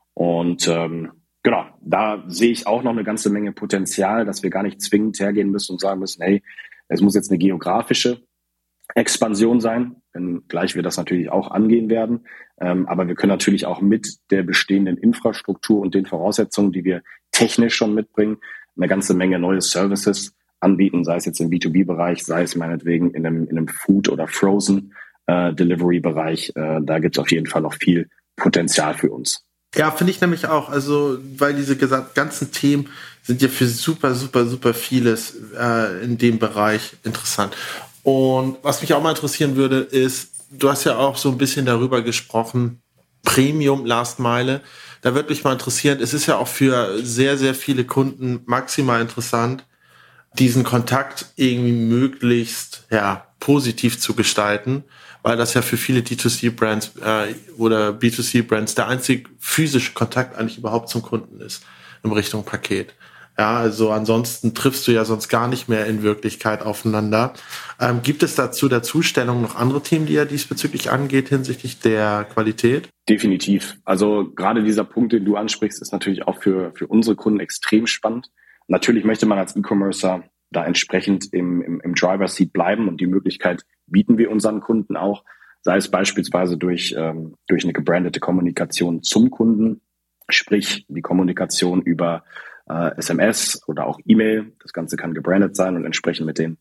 Und ähm, genau, da sehe ich auch noch eine ganze Menge Potenzial, dass wir gar nicht zwingend hergehen müssen und sagen müssen, hey, es muss jetzt eine geografische Expansion sein, wenngleich wir das natürlich auch angehen werden. Ähm, aber wir können natürlich auch mit der bestehenden Infrastruktur und den Voraussetzungen, die wir technisch schon mitbringen, eine ganze Menge neue Services anbieten, sei es jetzt im B zwei B-Bereich, sei es meinetwegen in einem, in einem Food- oder Frozen-Delivery-Bereich. Äh, da gibt es auf jeden Fall noch viel Potenzial für uns. Ja, finde ich nämlich auch. Also, weil diese ganzen Themen sind ja für super, super, super vieles äh, in dem Bereich interessant. Und was mich auch mal interessieren würde, ist, du hast ja auch so ein bisschen darüber gesprochen, Premium Last Meile. Da würde mich mal interessieren, es ist ja auch für sehr, sehr viele Kunden maximal interessant, diesen Kontakt irgendwie möglichst ja, positiv zu gestalten, weil das ja für viele D zwei C-Brands äh, oder B zwei C-Brands der einzige physische Kontakt eigentlich überhaupt zum Kunden ist, in Richtung Paket. Ja, also ansonsten triffst du ja sonst gar nicht mehr in Wirklichkeit aufeinander. Ähm, gibt es dazu der Zustellung noch andere Themen, die ihr diesbezüglich angeht hinsichtlich der Qualität? Definitiv. Also gerade dieser Punkt, den du ansprichst, ist natürlich auch für, für unsere Kunden extrem spannend. Natürlich möchte man als E-Commercer da entsprechend im, im, im Driver-Seat bleiben und die Möglichkeit bieten wir unseren Kunden auch, sei es beispielsweise durch, ähm, durch eine gebrandete Kommunikation zum Kunden, sprich die Kommunikation über äh, S M S oder auch E-Mail. Das Ganze kann gebrandet sein und entsprechend mit den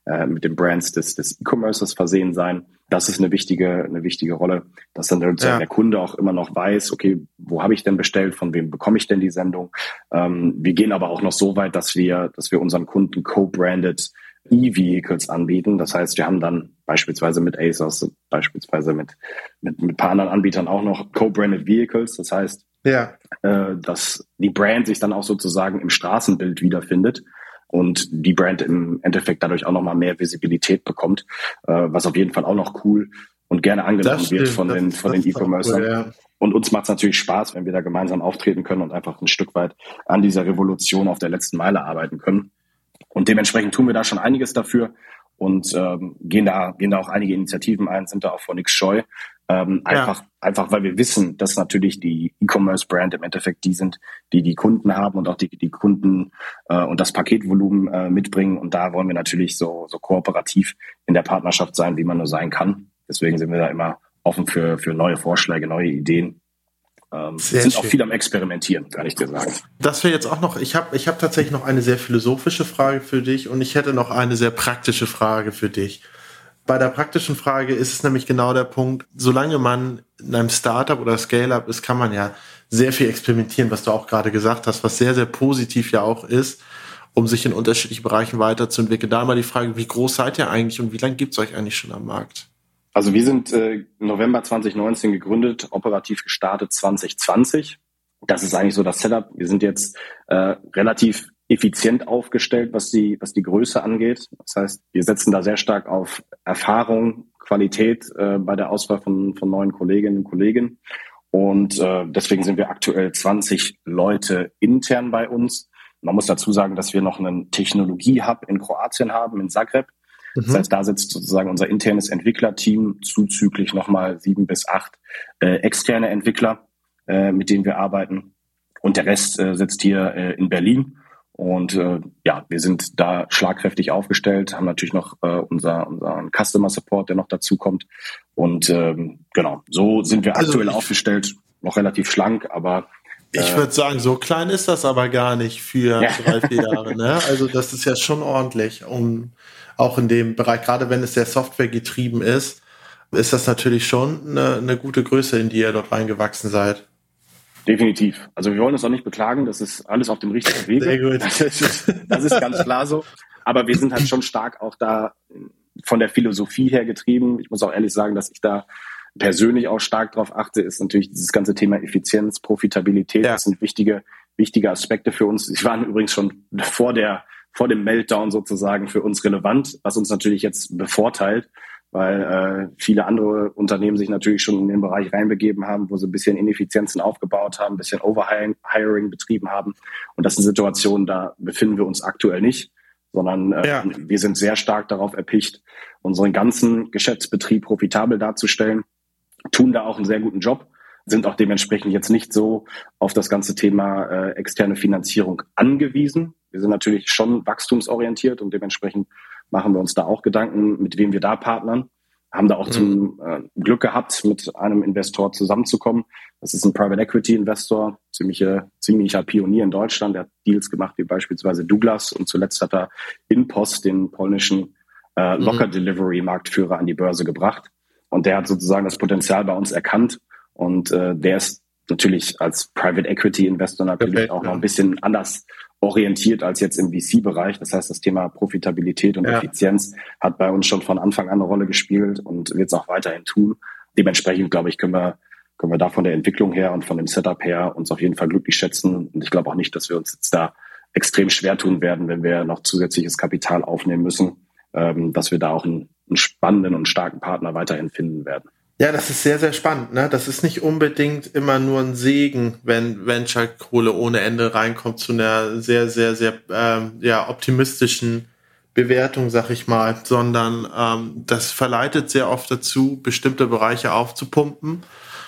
äh, mit den Brands des, des E-Commerces versehen sein. Das ist eine wichtige, eine wichtige Rolle, dass dann der, ja. der Kunde auch immer noch weiß, okay, wo habe ich denn bestellt, von wem bekomme ich denn die Sendung? Ähm, wir gehen aber auch noch so weit, dass wir, dass wir unseren Kunden co-branded E-Vehicles anbieten. Das heißt, wir haben dann beispielsweise mit ASOS, beispielsweise mit, mit, mit ein paar anderen Anbietern auch noch co-branded Vehicles. Das heißt, ja. äh, dass die Brand sich dann auch sozusagen im Straßenbild wiederfindet und die Brand im Endeffekt dadurch auch nochmal mehr Visibilität bekommt, äh, was auf jeden Fall auch noch cool und gerne angenommen stimmt, wird von den, von den E-Commercern. Cool, ja. Und uns macht es natürlich Spaß, wenn wir da gemeinsam auftreten können und einfach ein Stück weit an dieser Revolution auf der letzten Meile arbeiten können. Und dementsprechend tun wir da schon einiges dafür und ähm, gehen da gehen da auch einige Initiativen ein, sind da auch vor nichts scheu. Ähm, einfach, ja. einfach, weil wir wissen, dass natürlich die E-Commerce-Brand im Endeffekt die sind, die die Kunden haben und auch die, die Kunden äh, und das Paketvolumen äh, mitbringen. Und da wollen wir natürlich so, so kooperativ in der Partnerschaft sein, wie man nur sein kann. Deswegen sind wir da immer offen für, für neue Vorschläge, neue Ideen. Ähm, wir sind schön. Auch viel am Experimentieren, kann ich dir sagen. Das wäre jetzt auch noch, ich habe ich hab tatsächlich noch eine sehr philosophische Frage für dich und ich hätte noch eine sehr praktische Frage für dich. Bei der praktischen Frage ist es nämlich genau der Punkt, solange man in einem Startup oder Scale-Up ist, kann man ja sehr viel experimentieren, was du auch gerade gesagt hast, was sehr, sehr positiv ja auch ist, um sich in unterschiedlichen Bereichen weiterzuentwickeln. Da mal die Frage, wie groß seid ihr eigentlich und wie lange gibt es euch eigentlich schon am Markt? Also wir sind äh, November zwanzig neunzehn gegründet, operativ gestartet zwanzig zwanzig. Das ist eigentlich so das Setup. Wir sind jetzt äh, relativ effizient aufgestellt, was die, was die Größe angeht. Das heißt, wir setzen da sehr stark auf Erfahrung, Qualität äh, bei der Auswahl von, von neuen Kolleginnen und Kollegen. Und äh, deswegen sind wir aktuell zwanzig Leute intern bei uns. Man muss dazu sagen, dass wir noch einen Technologie-Hub in Kroatien haben, in Zagreb. Mhm. Das heißt, da sitzt sozusagen unser internes Entwicklerteam, zuzüglich nochmal sieben bis acht äh, externe Entwickler, äh, mit denen wir arbeiten. Und der Rest äh, sitzt hier äh, in Berlin. Und äh, ja, wir sind da schlagkräftig aufgestellt, haben natürlich noch äh, unser, unseren Customer Support, der noch dazu kommt. Und ähm, genau, so sind wir also aktuell aufgestellt, noch relativ schlank, aber äh, ich würde sagen, so klein ist das aber gar nicht für ja. drei, vier Jahre. Ne? Also das ist ja schon ordentlich, um auch in dem Bereich, gerade wenn es sehr Software getrieben ist, ist das natürlich schon eine, eine gute Größe, in die ihr dort reingewachsen seid. Definitiv. Also wir wollen uns auch nicht beklagen, das ist alles auf dem richtigen Weg. Sehr gut. Das ist, das ist ganz klar so. Aber wir sind halt schon stark auch da von der Philosophie her getrieben. Ich muss auch ehrlich sagen, dass ich da persönlich auch stark drauf achte, ist natürlich dieses ganze Thema Effizienz, Profitabilität. Ja. Das sind wichtige, wichtige Aspekte für uns. Sie waren übrigens schon vor der, vor dem Meltdown sozusagen für uns relevant, was uns natürlich jetzt bevorteilt, weil äh, viele andere Unternehmen sich natürlich schon in den Bereich reinbegeben haben, wo sie ein bisschen Ineffizienzen aufgebaut haben, ein bisschen Overhiring betrieben haben. Und das sind Situationen, da befinden wir uns aktuell nicht, sondern äh, ja. wir sind sehr stark darauf erpicht, unseren ganzen Geschäftsbetrieb profitabel darzustellen, tun da auch einen sehr guten Job, sind auch dementsprechend jetzt nicht so auf das ganze Thema äh, externe Finanzierung angewiesen. Wir sind natürlich schon wachstumsorientiert und dementsprechend machen wir uns da auch Gedanken, mit wem wir da partnern. Haben da auch mhm. zum äh, Glück gehabt, mit einem Investor zusammenzukommen. Das ist ein Private Equity Investor, ziemliche, ziemlicher Pionier in Deutschland. Der hat Deals gemacht wie beispielsweise Douglas und zuletzt hat er InPost, den polnischen äh, Locker Delivery Marktführer, an die Börse gebracht. Und der hat sozusagen das Potenzial bei uns erkannt. Und äh, der ist natürlich als Private Equity Investor natürlich Perfekt, auch noch ein bisschen anders orientiert als jetzt im V C-Bereich. Das heißt, das Thema Profitabilität und ja. Effizienz hat bei uns schon von Anfang an eine Rolle gespielt und wird es auch weiterhin tun. Dementsprechend, glaube ich, können wir, können wir da von der Entwicklung her und von dem Setup her uns auf jeden Fall glücklich schätzen. Und ich glaube auch nicht, dass wir uns jetzt da extrem schwer tun werden, wenn wir noch zusätzliches Kapital aufnehmen müssen, ähm, dass wir da auch einen, einen spannenden und starken Partner weiterhin finden werden. Ja, das ist sehr, sehr spannend. Ne? Das ist nicht unbedingt immer nur ein Segen, wenn Venture-Kohle ohne Ende reinkommt zu einer sehr, sehr, sehr ähm, ja, optimistischen Bewertung, sag ich mal, sondern ähm, das verleitet sehr oft dazu, bestimmte Bereiche aufzupumpen,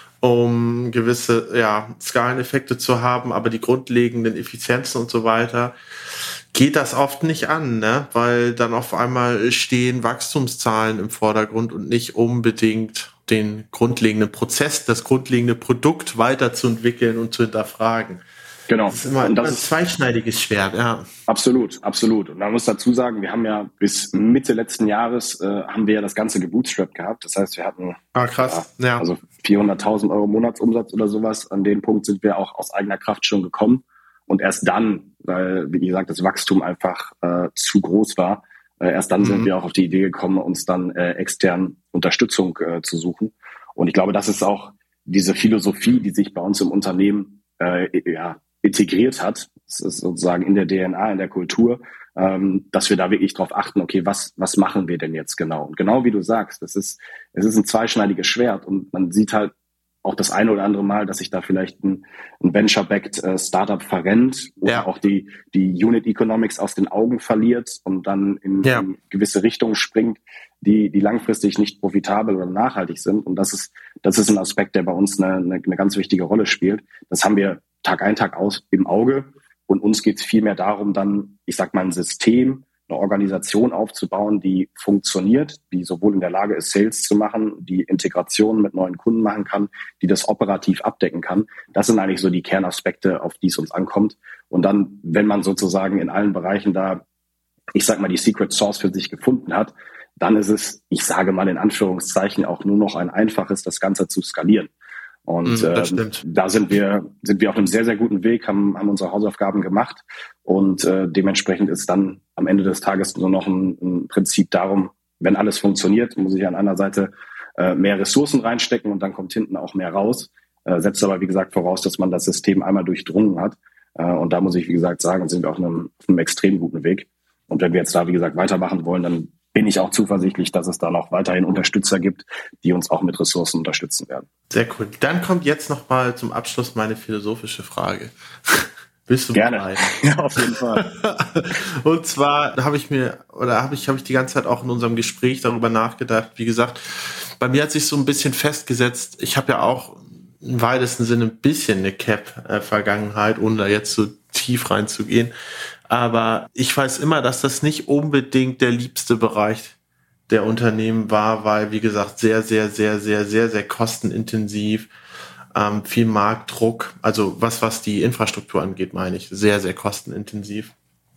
um gewisse ja, Skaleneffekte zu haben, aber die grundlegenden Effizienzen und so weiter geht das oft nicht an, ne? Weil dann auf einmal stehen Wachstumszahlen im Vordergrund und nicht unbedingt den grundlegenden Prozess, das grundlegende Produkt weiterzuentwickeln und zu hinterfragen. Genau. Das ist immer und das ein ist zweischneidiges Schwert, ja. Absolut, absolut. Und man muss dazu sagen, wir haben ja bis Mitte letzten Jahres äh, haben wir ja das Ganze gebootstrapped gehabt. Das heißt, wir hatten Ah, krass. ja, Ja. also vierhunderttausend Euro Monatsumsatz oder sowas. An den Punkt sind wir auch aus eigener Kraft schon gekommen. Und erst dann, weil, wie gesagt, das Wachstum einfach äh, zu groß war, äh, erst dann mhm. sind wir auch auf die Idee gekommen, uns dann äh, extern Unterstützung äh, zu suchen. Und ich glaube, das ist auch diese Philosophie, die sich bei uns im Unternehmen äh, ja, integriert hat. Das ist sozusagen in der D N A, in der Kultur, ähm, dass wir da wirklich drauf achten, okay, was, was machen wir denn jetzt genau? Und genau wie du sagst, das ist, es ist ein zweischneidiges Schwert und man sieht halt auch das eine oder andere Mal, dass sich da vielleicht ein, ein Venture-backed äh, Startup verrennt oder Ja. auch die, die Unit Economics aus den Augen verliert und dann in, Ja. in gewisse Richtungen springt, die, die langfristig nicht profitabel oder nachhaltig sind. Und das ist, das ist ein Aspekt, der bei uns eine, eine, eine ganz wichtige Rolle spielt. Das haben wir Tag ein, Tag aus im Auge. Und uns geht es vielmehr darum, dann, ich sag mal, ein System, eine Organisation aufzubauen, die funktioniert, die sowohl in der Lage ist, Sales zu machen, die Integration mit neuen Kunden machen kann, die das operativ abdecken kann. Das sind eigentlich so die Kernaspekte, auf die es uns ankommt. Und dann, wenn man sozusagen in allen Bereichen da, ich sag mal, die Secret Sauce für sich gefunden hat, dann ist es, ich sage mal in Anführungszeichen, auch nur noch ein einfaches, das Ganze zu skalieren. Und Mm, das äh, stimmt. da sind wir sind wir auf einem sehr, sehr guten Weg, haben, haben unsere Hausaufgaben gemacht und äh, dementsprechend ist dann am Ende des Tages nur noch ein, ein Prinzip darum, wenn alles funktioniert, muss ich an einer Seite äh, mehr Ressourcen reinstecken und dann kommt hinten auch mehr raus. Äh, setzt aber, wie gesagt, voraus, dass man das System einmal durchdrungen hat. Äh, und da muss ich, wie gesagt, sagen, sind wir auf einem, auf einem extrem guten Weg. Und wenn wir jetzt da, wie gesagt, weitermachen wollen, dann bin ich auch zuversichtlich, dass es da noch weiterhin Unterstützer gibt, die uns auch mit Ressourcen unterstützen werden. Sehr cool. Dann kommt jetzt noch mal zum Abschluss meine philosophische Frage. Bist du Gerne. bereit? Ja, auf jeden Fall. Und zwar habe ich mir, oder habe ich, habe ich die ganze Zeit auch in unserem Gespräch darüber nachgedacht. Wie gesagt, bei mir hat sich so ein bisschen festgesetzt, ich habe ja auch im weitesten Sinne ein bisschen eine Cap-Vergangenheit, ohne da jetzt so tief reinzugehen. Aber ich weiß immer, dass das nicht unbedingt der liebste Bereich der Unternehmen war, weil, wie gesagt, sehr, sehr, sehr, sehr, sehr, sehr kostenintensiv, ähm, viel Marktdruck, also was, was die Infrastruktur angeht, meine ich, sehr, sehr kostenintensiv.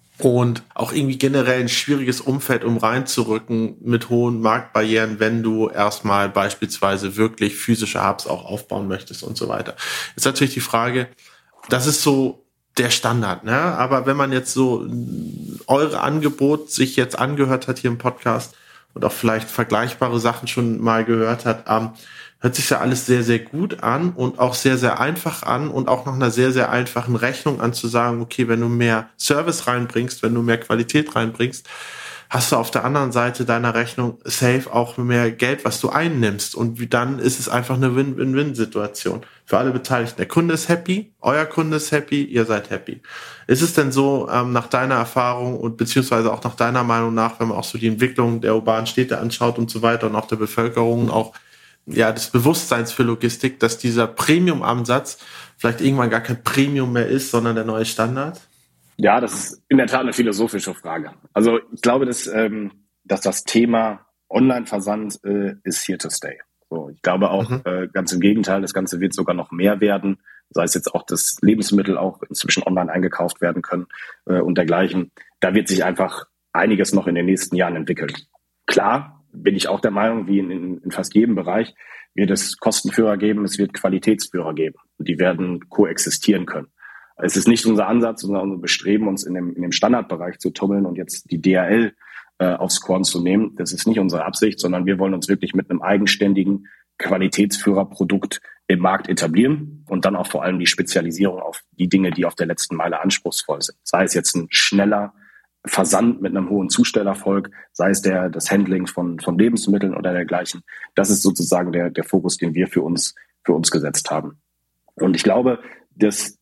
Und auch irgendwie generell ein schwieriges Umfeld, um reinzurücken mit hohen Marktbarrieren, wenn du erstmal beispielsweise wirklich physische Hubs auch aufbauen möchtest und so weiter. Ist natürlich die Frage, das ist so der Standard, ne? Aber wenn man jetzt so eure Angebot sich jetzt angehört hat hier im Podcast und auch vielleicht vergleichbare Sachen schon mal gehört hat, ähm, hört sich ja alles sehr, sehr gut an und auch sehr, sehr einfach an und auch nach einer sehr, sehr einfachen Rechnung an zu sagen, okay, wenn du mehr Service reinbringst, wenn du mehr Qualität reinbringst, hast du auf der anderen Seite deiner Rechnung safe auch mehr Geld, was du einnimmst. Und wie dann ist es einfach eine Win-Win-Win-Situation für alle Beteiligten. Der Kunde ist happy, euer Kunde ist happy, ihr seid happy. Ist es denn so, ähm, nach deiner Erfahrung und beziehungsweise auch nach deiner Meinung nach, wenn man auch so die Entwicklung der urbanen Städte anschaut und so weiter und auch der Bevölkerung, auch ja des Bewusstseins für Logistik, dass dieser Premium-Ansatz vielleicht irgendwann gar kein Premium mehr ist, sondern der neue Standard? Ja, das ist in der Tat eine philosophische Frage. Also ich glaube, dass, ähm, dass das Thema Online-Versand äh, ist here to stay. So, ich glaube auch mhm. äh, ganz im Gegenteil, das Ganze wird sogar noch mehr werden, sei es jetzt auch, dass Lebensmittel auch inzwischen online eingekauft werden können äh, und dergleichen. Da wird sich einfach einiges noch in den nächsten Jahren entwickeln. Klar bin ich auch der Meinung, wie in, in, in fast jedem Bereich wird es Kostenführer geben, es wird Qualitätsführer geben und die werden koexistieren können. Es ist nicht unser Ansatz, sondern unser Bestreben, uns in dem, in dem Standardbereich zu tummeln und jetzt die D H L äh, aufs Korn zu nehmen. Das ist nicht unsere Absicht, sondern wir wollen uns wirklich mit einem eigenständigen Qualitätsführerprodukt im Markt etablieren und dann auch vor allem die Spezialisierung auf die Dinge, die auf der letzten Meile anspruchsvoll sind. Sei es jetzt ein schneller Versand mit einem hohen Zustellerfolg, sei es der, das Handling von, von Lebensmitteln oder dergleichen. Das ist sozusagen der, der Fokus, den wir für uns, für uns gesetzt haben. Und ich glaube, dass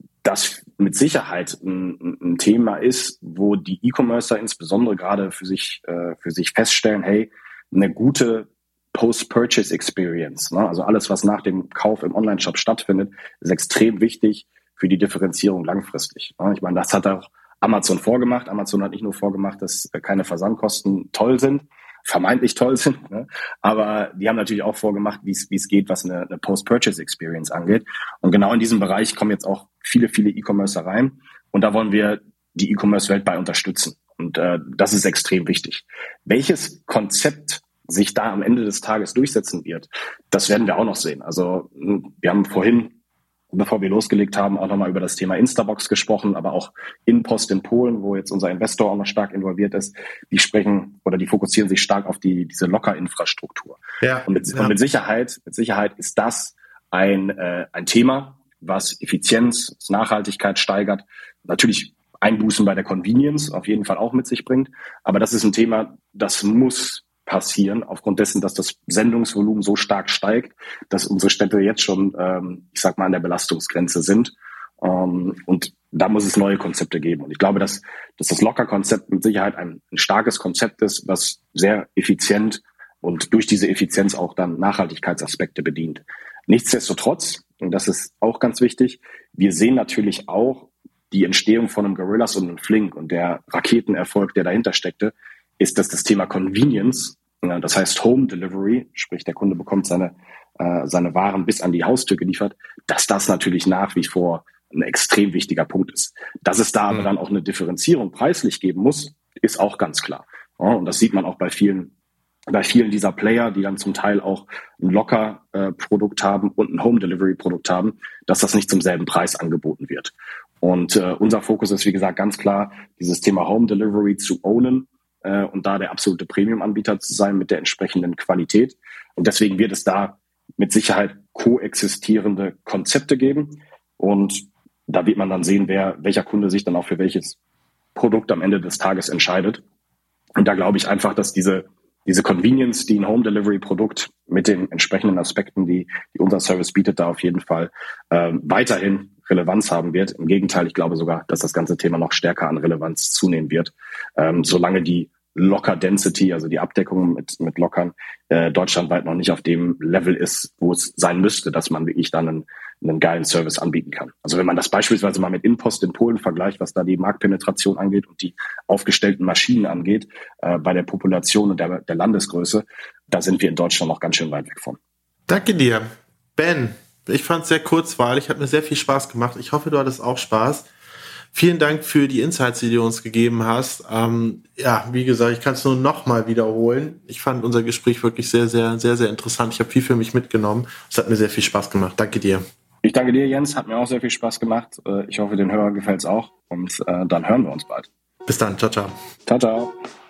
das mit Sicherheit ein, ein Thema ist, wo die E-Commercer insbesondere gerade für sich, äh, für sich feststellen, hey, eine gute Post-Purchase-Experience, ne? Also alles, was nach dem Kauf im Online-Shop stattfindet, ist extrem wichtig für die Differenzierung langfristig. Ne? Ich meine, das hat auch Amazon vorgemacht. Amazon hat nicht nur vorgemacht, dass keine Versandkosten toll sind, vermeintlich toll sind, ne? Aber die haben natürlich auch vorgemacht, wie es wie es geht, was eine, eine Post-Purchase-Experience angeht. Und genau in diesem Bereich kommen jetzt auch viele, viele E-Commercer rein. Und da wollen wir die E-Commerce-Welt bei unterstützen. Und äh, das ist extrem wichtig. Welches Konzept sich da am Ende des Tages durchsetzen wird, das werden wir auch noch sehen. Also wir haben vorhin, bevor wir losgelegt haben, auch nochmal über das Thema Instabox gesprochen, aber auch InPost in Polen, wo jetzt unser Investor auch noch stark involviert ist, die sprechen oder die fokussieren sich stark auf die diese Locker-Infrastruktur. Ja, und, mit, ja. und mit Sicherheit, mit Sicherheit ist das ein äh, ein Thema, was Effizienz, Nachhaltigkeit steigert, natürlich Einbußen bei der Convenience auf jeden Fall auch mit sich bringt, aber das ist ein Thema, das muss passieren, aufgrund dessen, dass das Sendungsvolumen so stark steigt, dass unsere Städte jetzt schon, ähm, ich sag mal, an der Belastungsgrenze sind. Ähm, und da muss es neue Konzepte geben. Und ich glaube, dass, dass das Locker-Konzept mit Sicherheit ein, ein starkes Konzept ist, was sehr effizient und durch diese Effizienz auch dann Nachhaltigkeitsaspekte bedient. Nichtsdestotrotz, und das ist auch ganz wichtig, wir sehen natürlich auch die Entstehung von einem Gorillas und einem Flink und der Raketenerfolg, der dahinter steckte, ist, dass das Thema Convenience, das heißt Home Delivery, sprich der Kunde bekommt seine äh, seine Waren bis an die Haustür geliefert, dass das natürlich nach wie vor ein extrem wichtiger Punkt ist. Dass es da aber dann auch eine Differenzierung preislich geben muss, ist auch ganz klar. Ja, und das sieht man auch bei vielen bei vielen dieser Player, die dann zum Teil auch ein Locker-Produkt haben und ein Home-Delivery-Produkt haben, dass das nicht zum selben Preis angeboten wird. Und äh, unser Fokus ist, wie gesagt, ganz klar, dieses Thema Home-Delivery zu ownen äh, und da der absolute Premium-Anbieter zu sein mit der entsprechenden Qualität. Und deswegen wird es da mit Sicherheit koexistierende Konzepte geben. Und da wird man dann sehen, wer welcher Kunde sich dann auch für welches Produkt am Ende des Tages entscheidet. Und da glaube ich einfach, dass diese Diese Convenience, die ein Home-Delivery-Produkt mit den entsprechenden Aspekten, die, die unser Service bietet, da auf jeden Fall ähm, weiterhin Relevanz haben wird. Im Gegenteil, ich glaube sogar, dass das ganze Thema noch stärker an Relevanz zunehmen wird, ähm, solange die Locker-Density, also die Abdeckung mit, mit Lockern, äh, deutschlandweit noch nicht auf dem Level ist, wo es sein müsste, dass man wirklich dann einen, einen geilen Service anbieten kann. Also wenn man das beispielsweise mal mit InPost in Polen vergleicht, was da die Marktpenetration angeht und die aufgestellten Maschinen angeht, äh, bei der Population und der, der Landesgröße, da sind wir in Deutschland noch ganz schön weit weg von. Danke dir. Ben, ich fand es sehr kurzweilig, hat mir sehr viel Spaß gemacht. Ich hoffe, du hattest auch Spaß. Vielen Dank für die Insights, die du uns gegeben hast. Ähm, ja, wie gesagt, ich kann es nur nochmal wiederholen. Ich fand unser Gespräch wirklich sehr, sehr, sehr, sehr interessant. Ich habe viel für mich mitgenommen. Es hat mir sehr viel Spaß gemacht. Danke dir. Ich danke dir, Jens. Hat mir auch sehr viel Spaß gemacht. Ich hoffe, den Hörern gefällt es auch. Und äh, dann hören wir uns bald. Bis dann. Ciao, ciao. Ciao, ciao.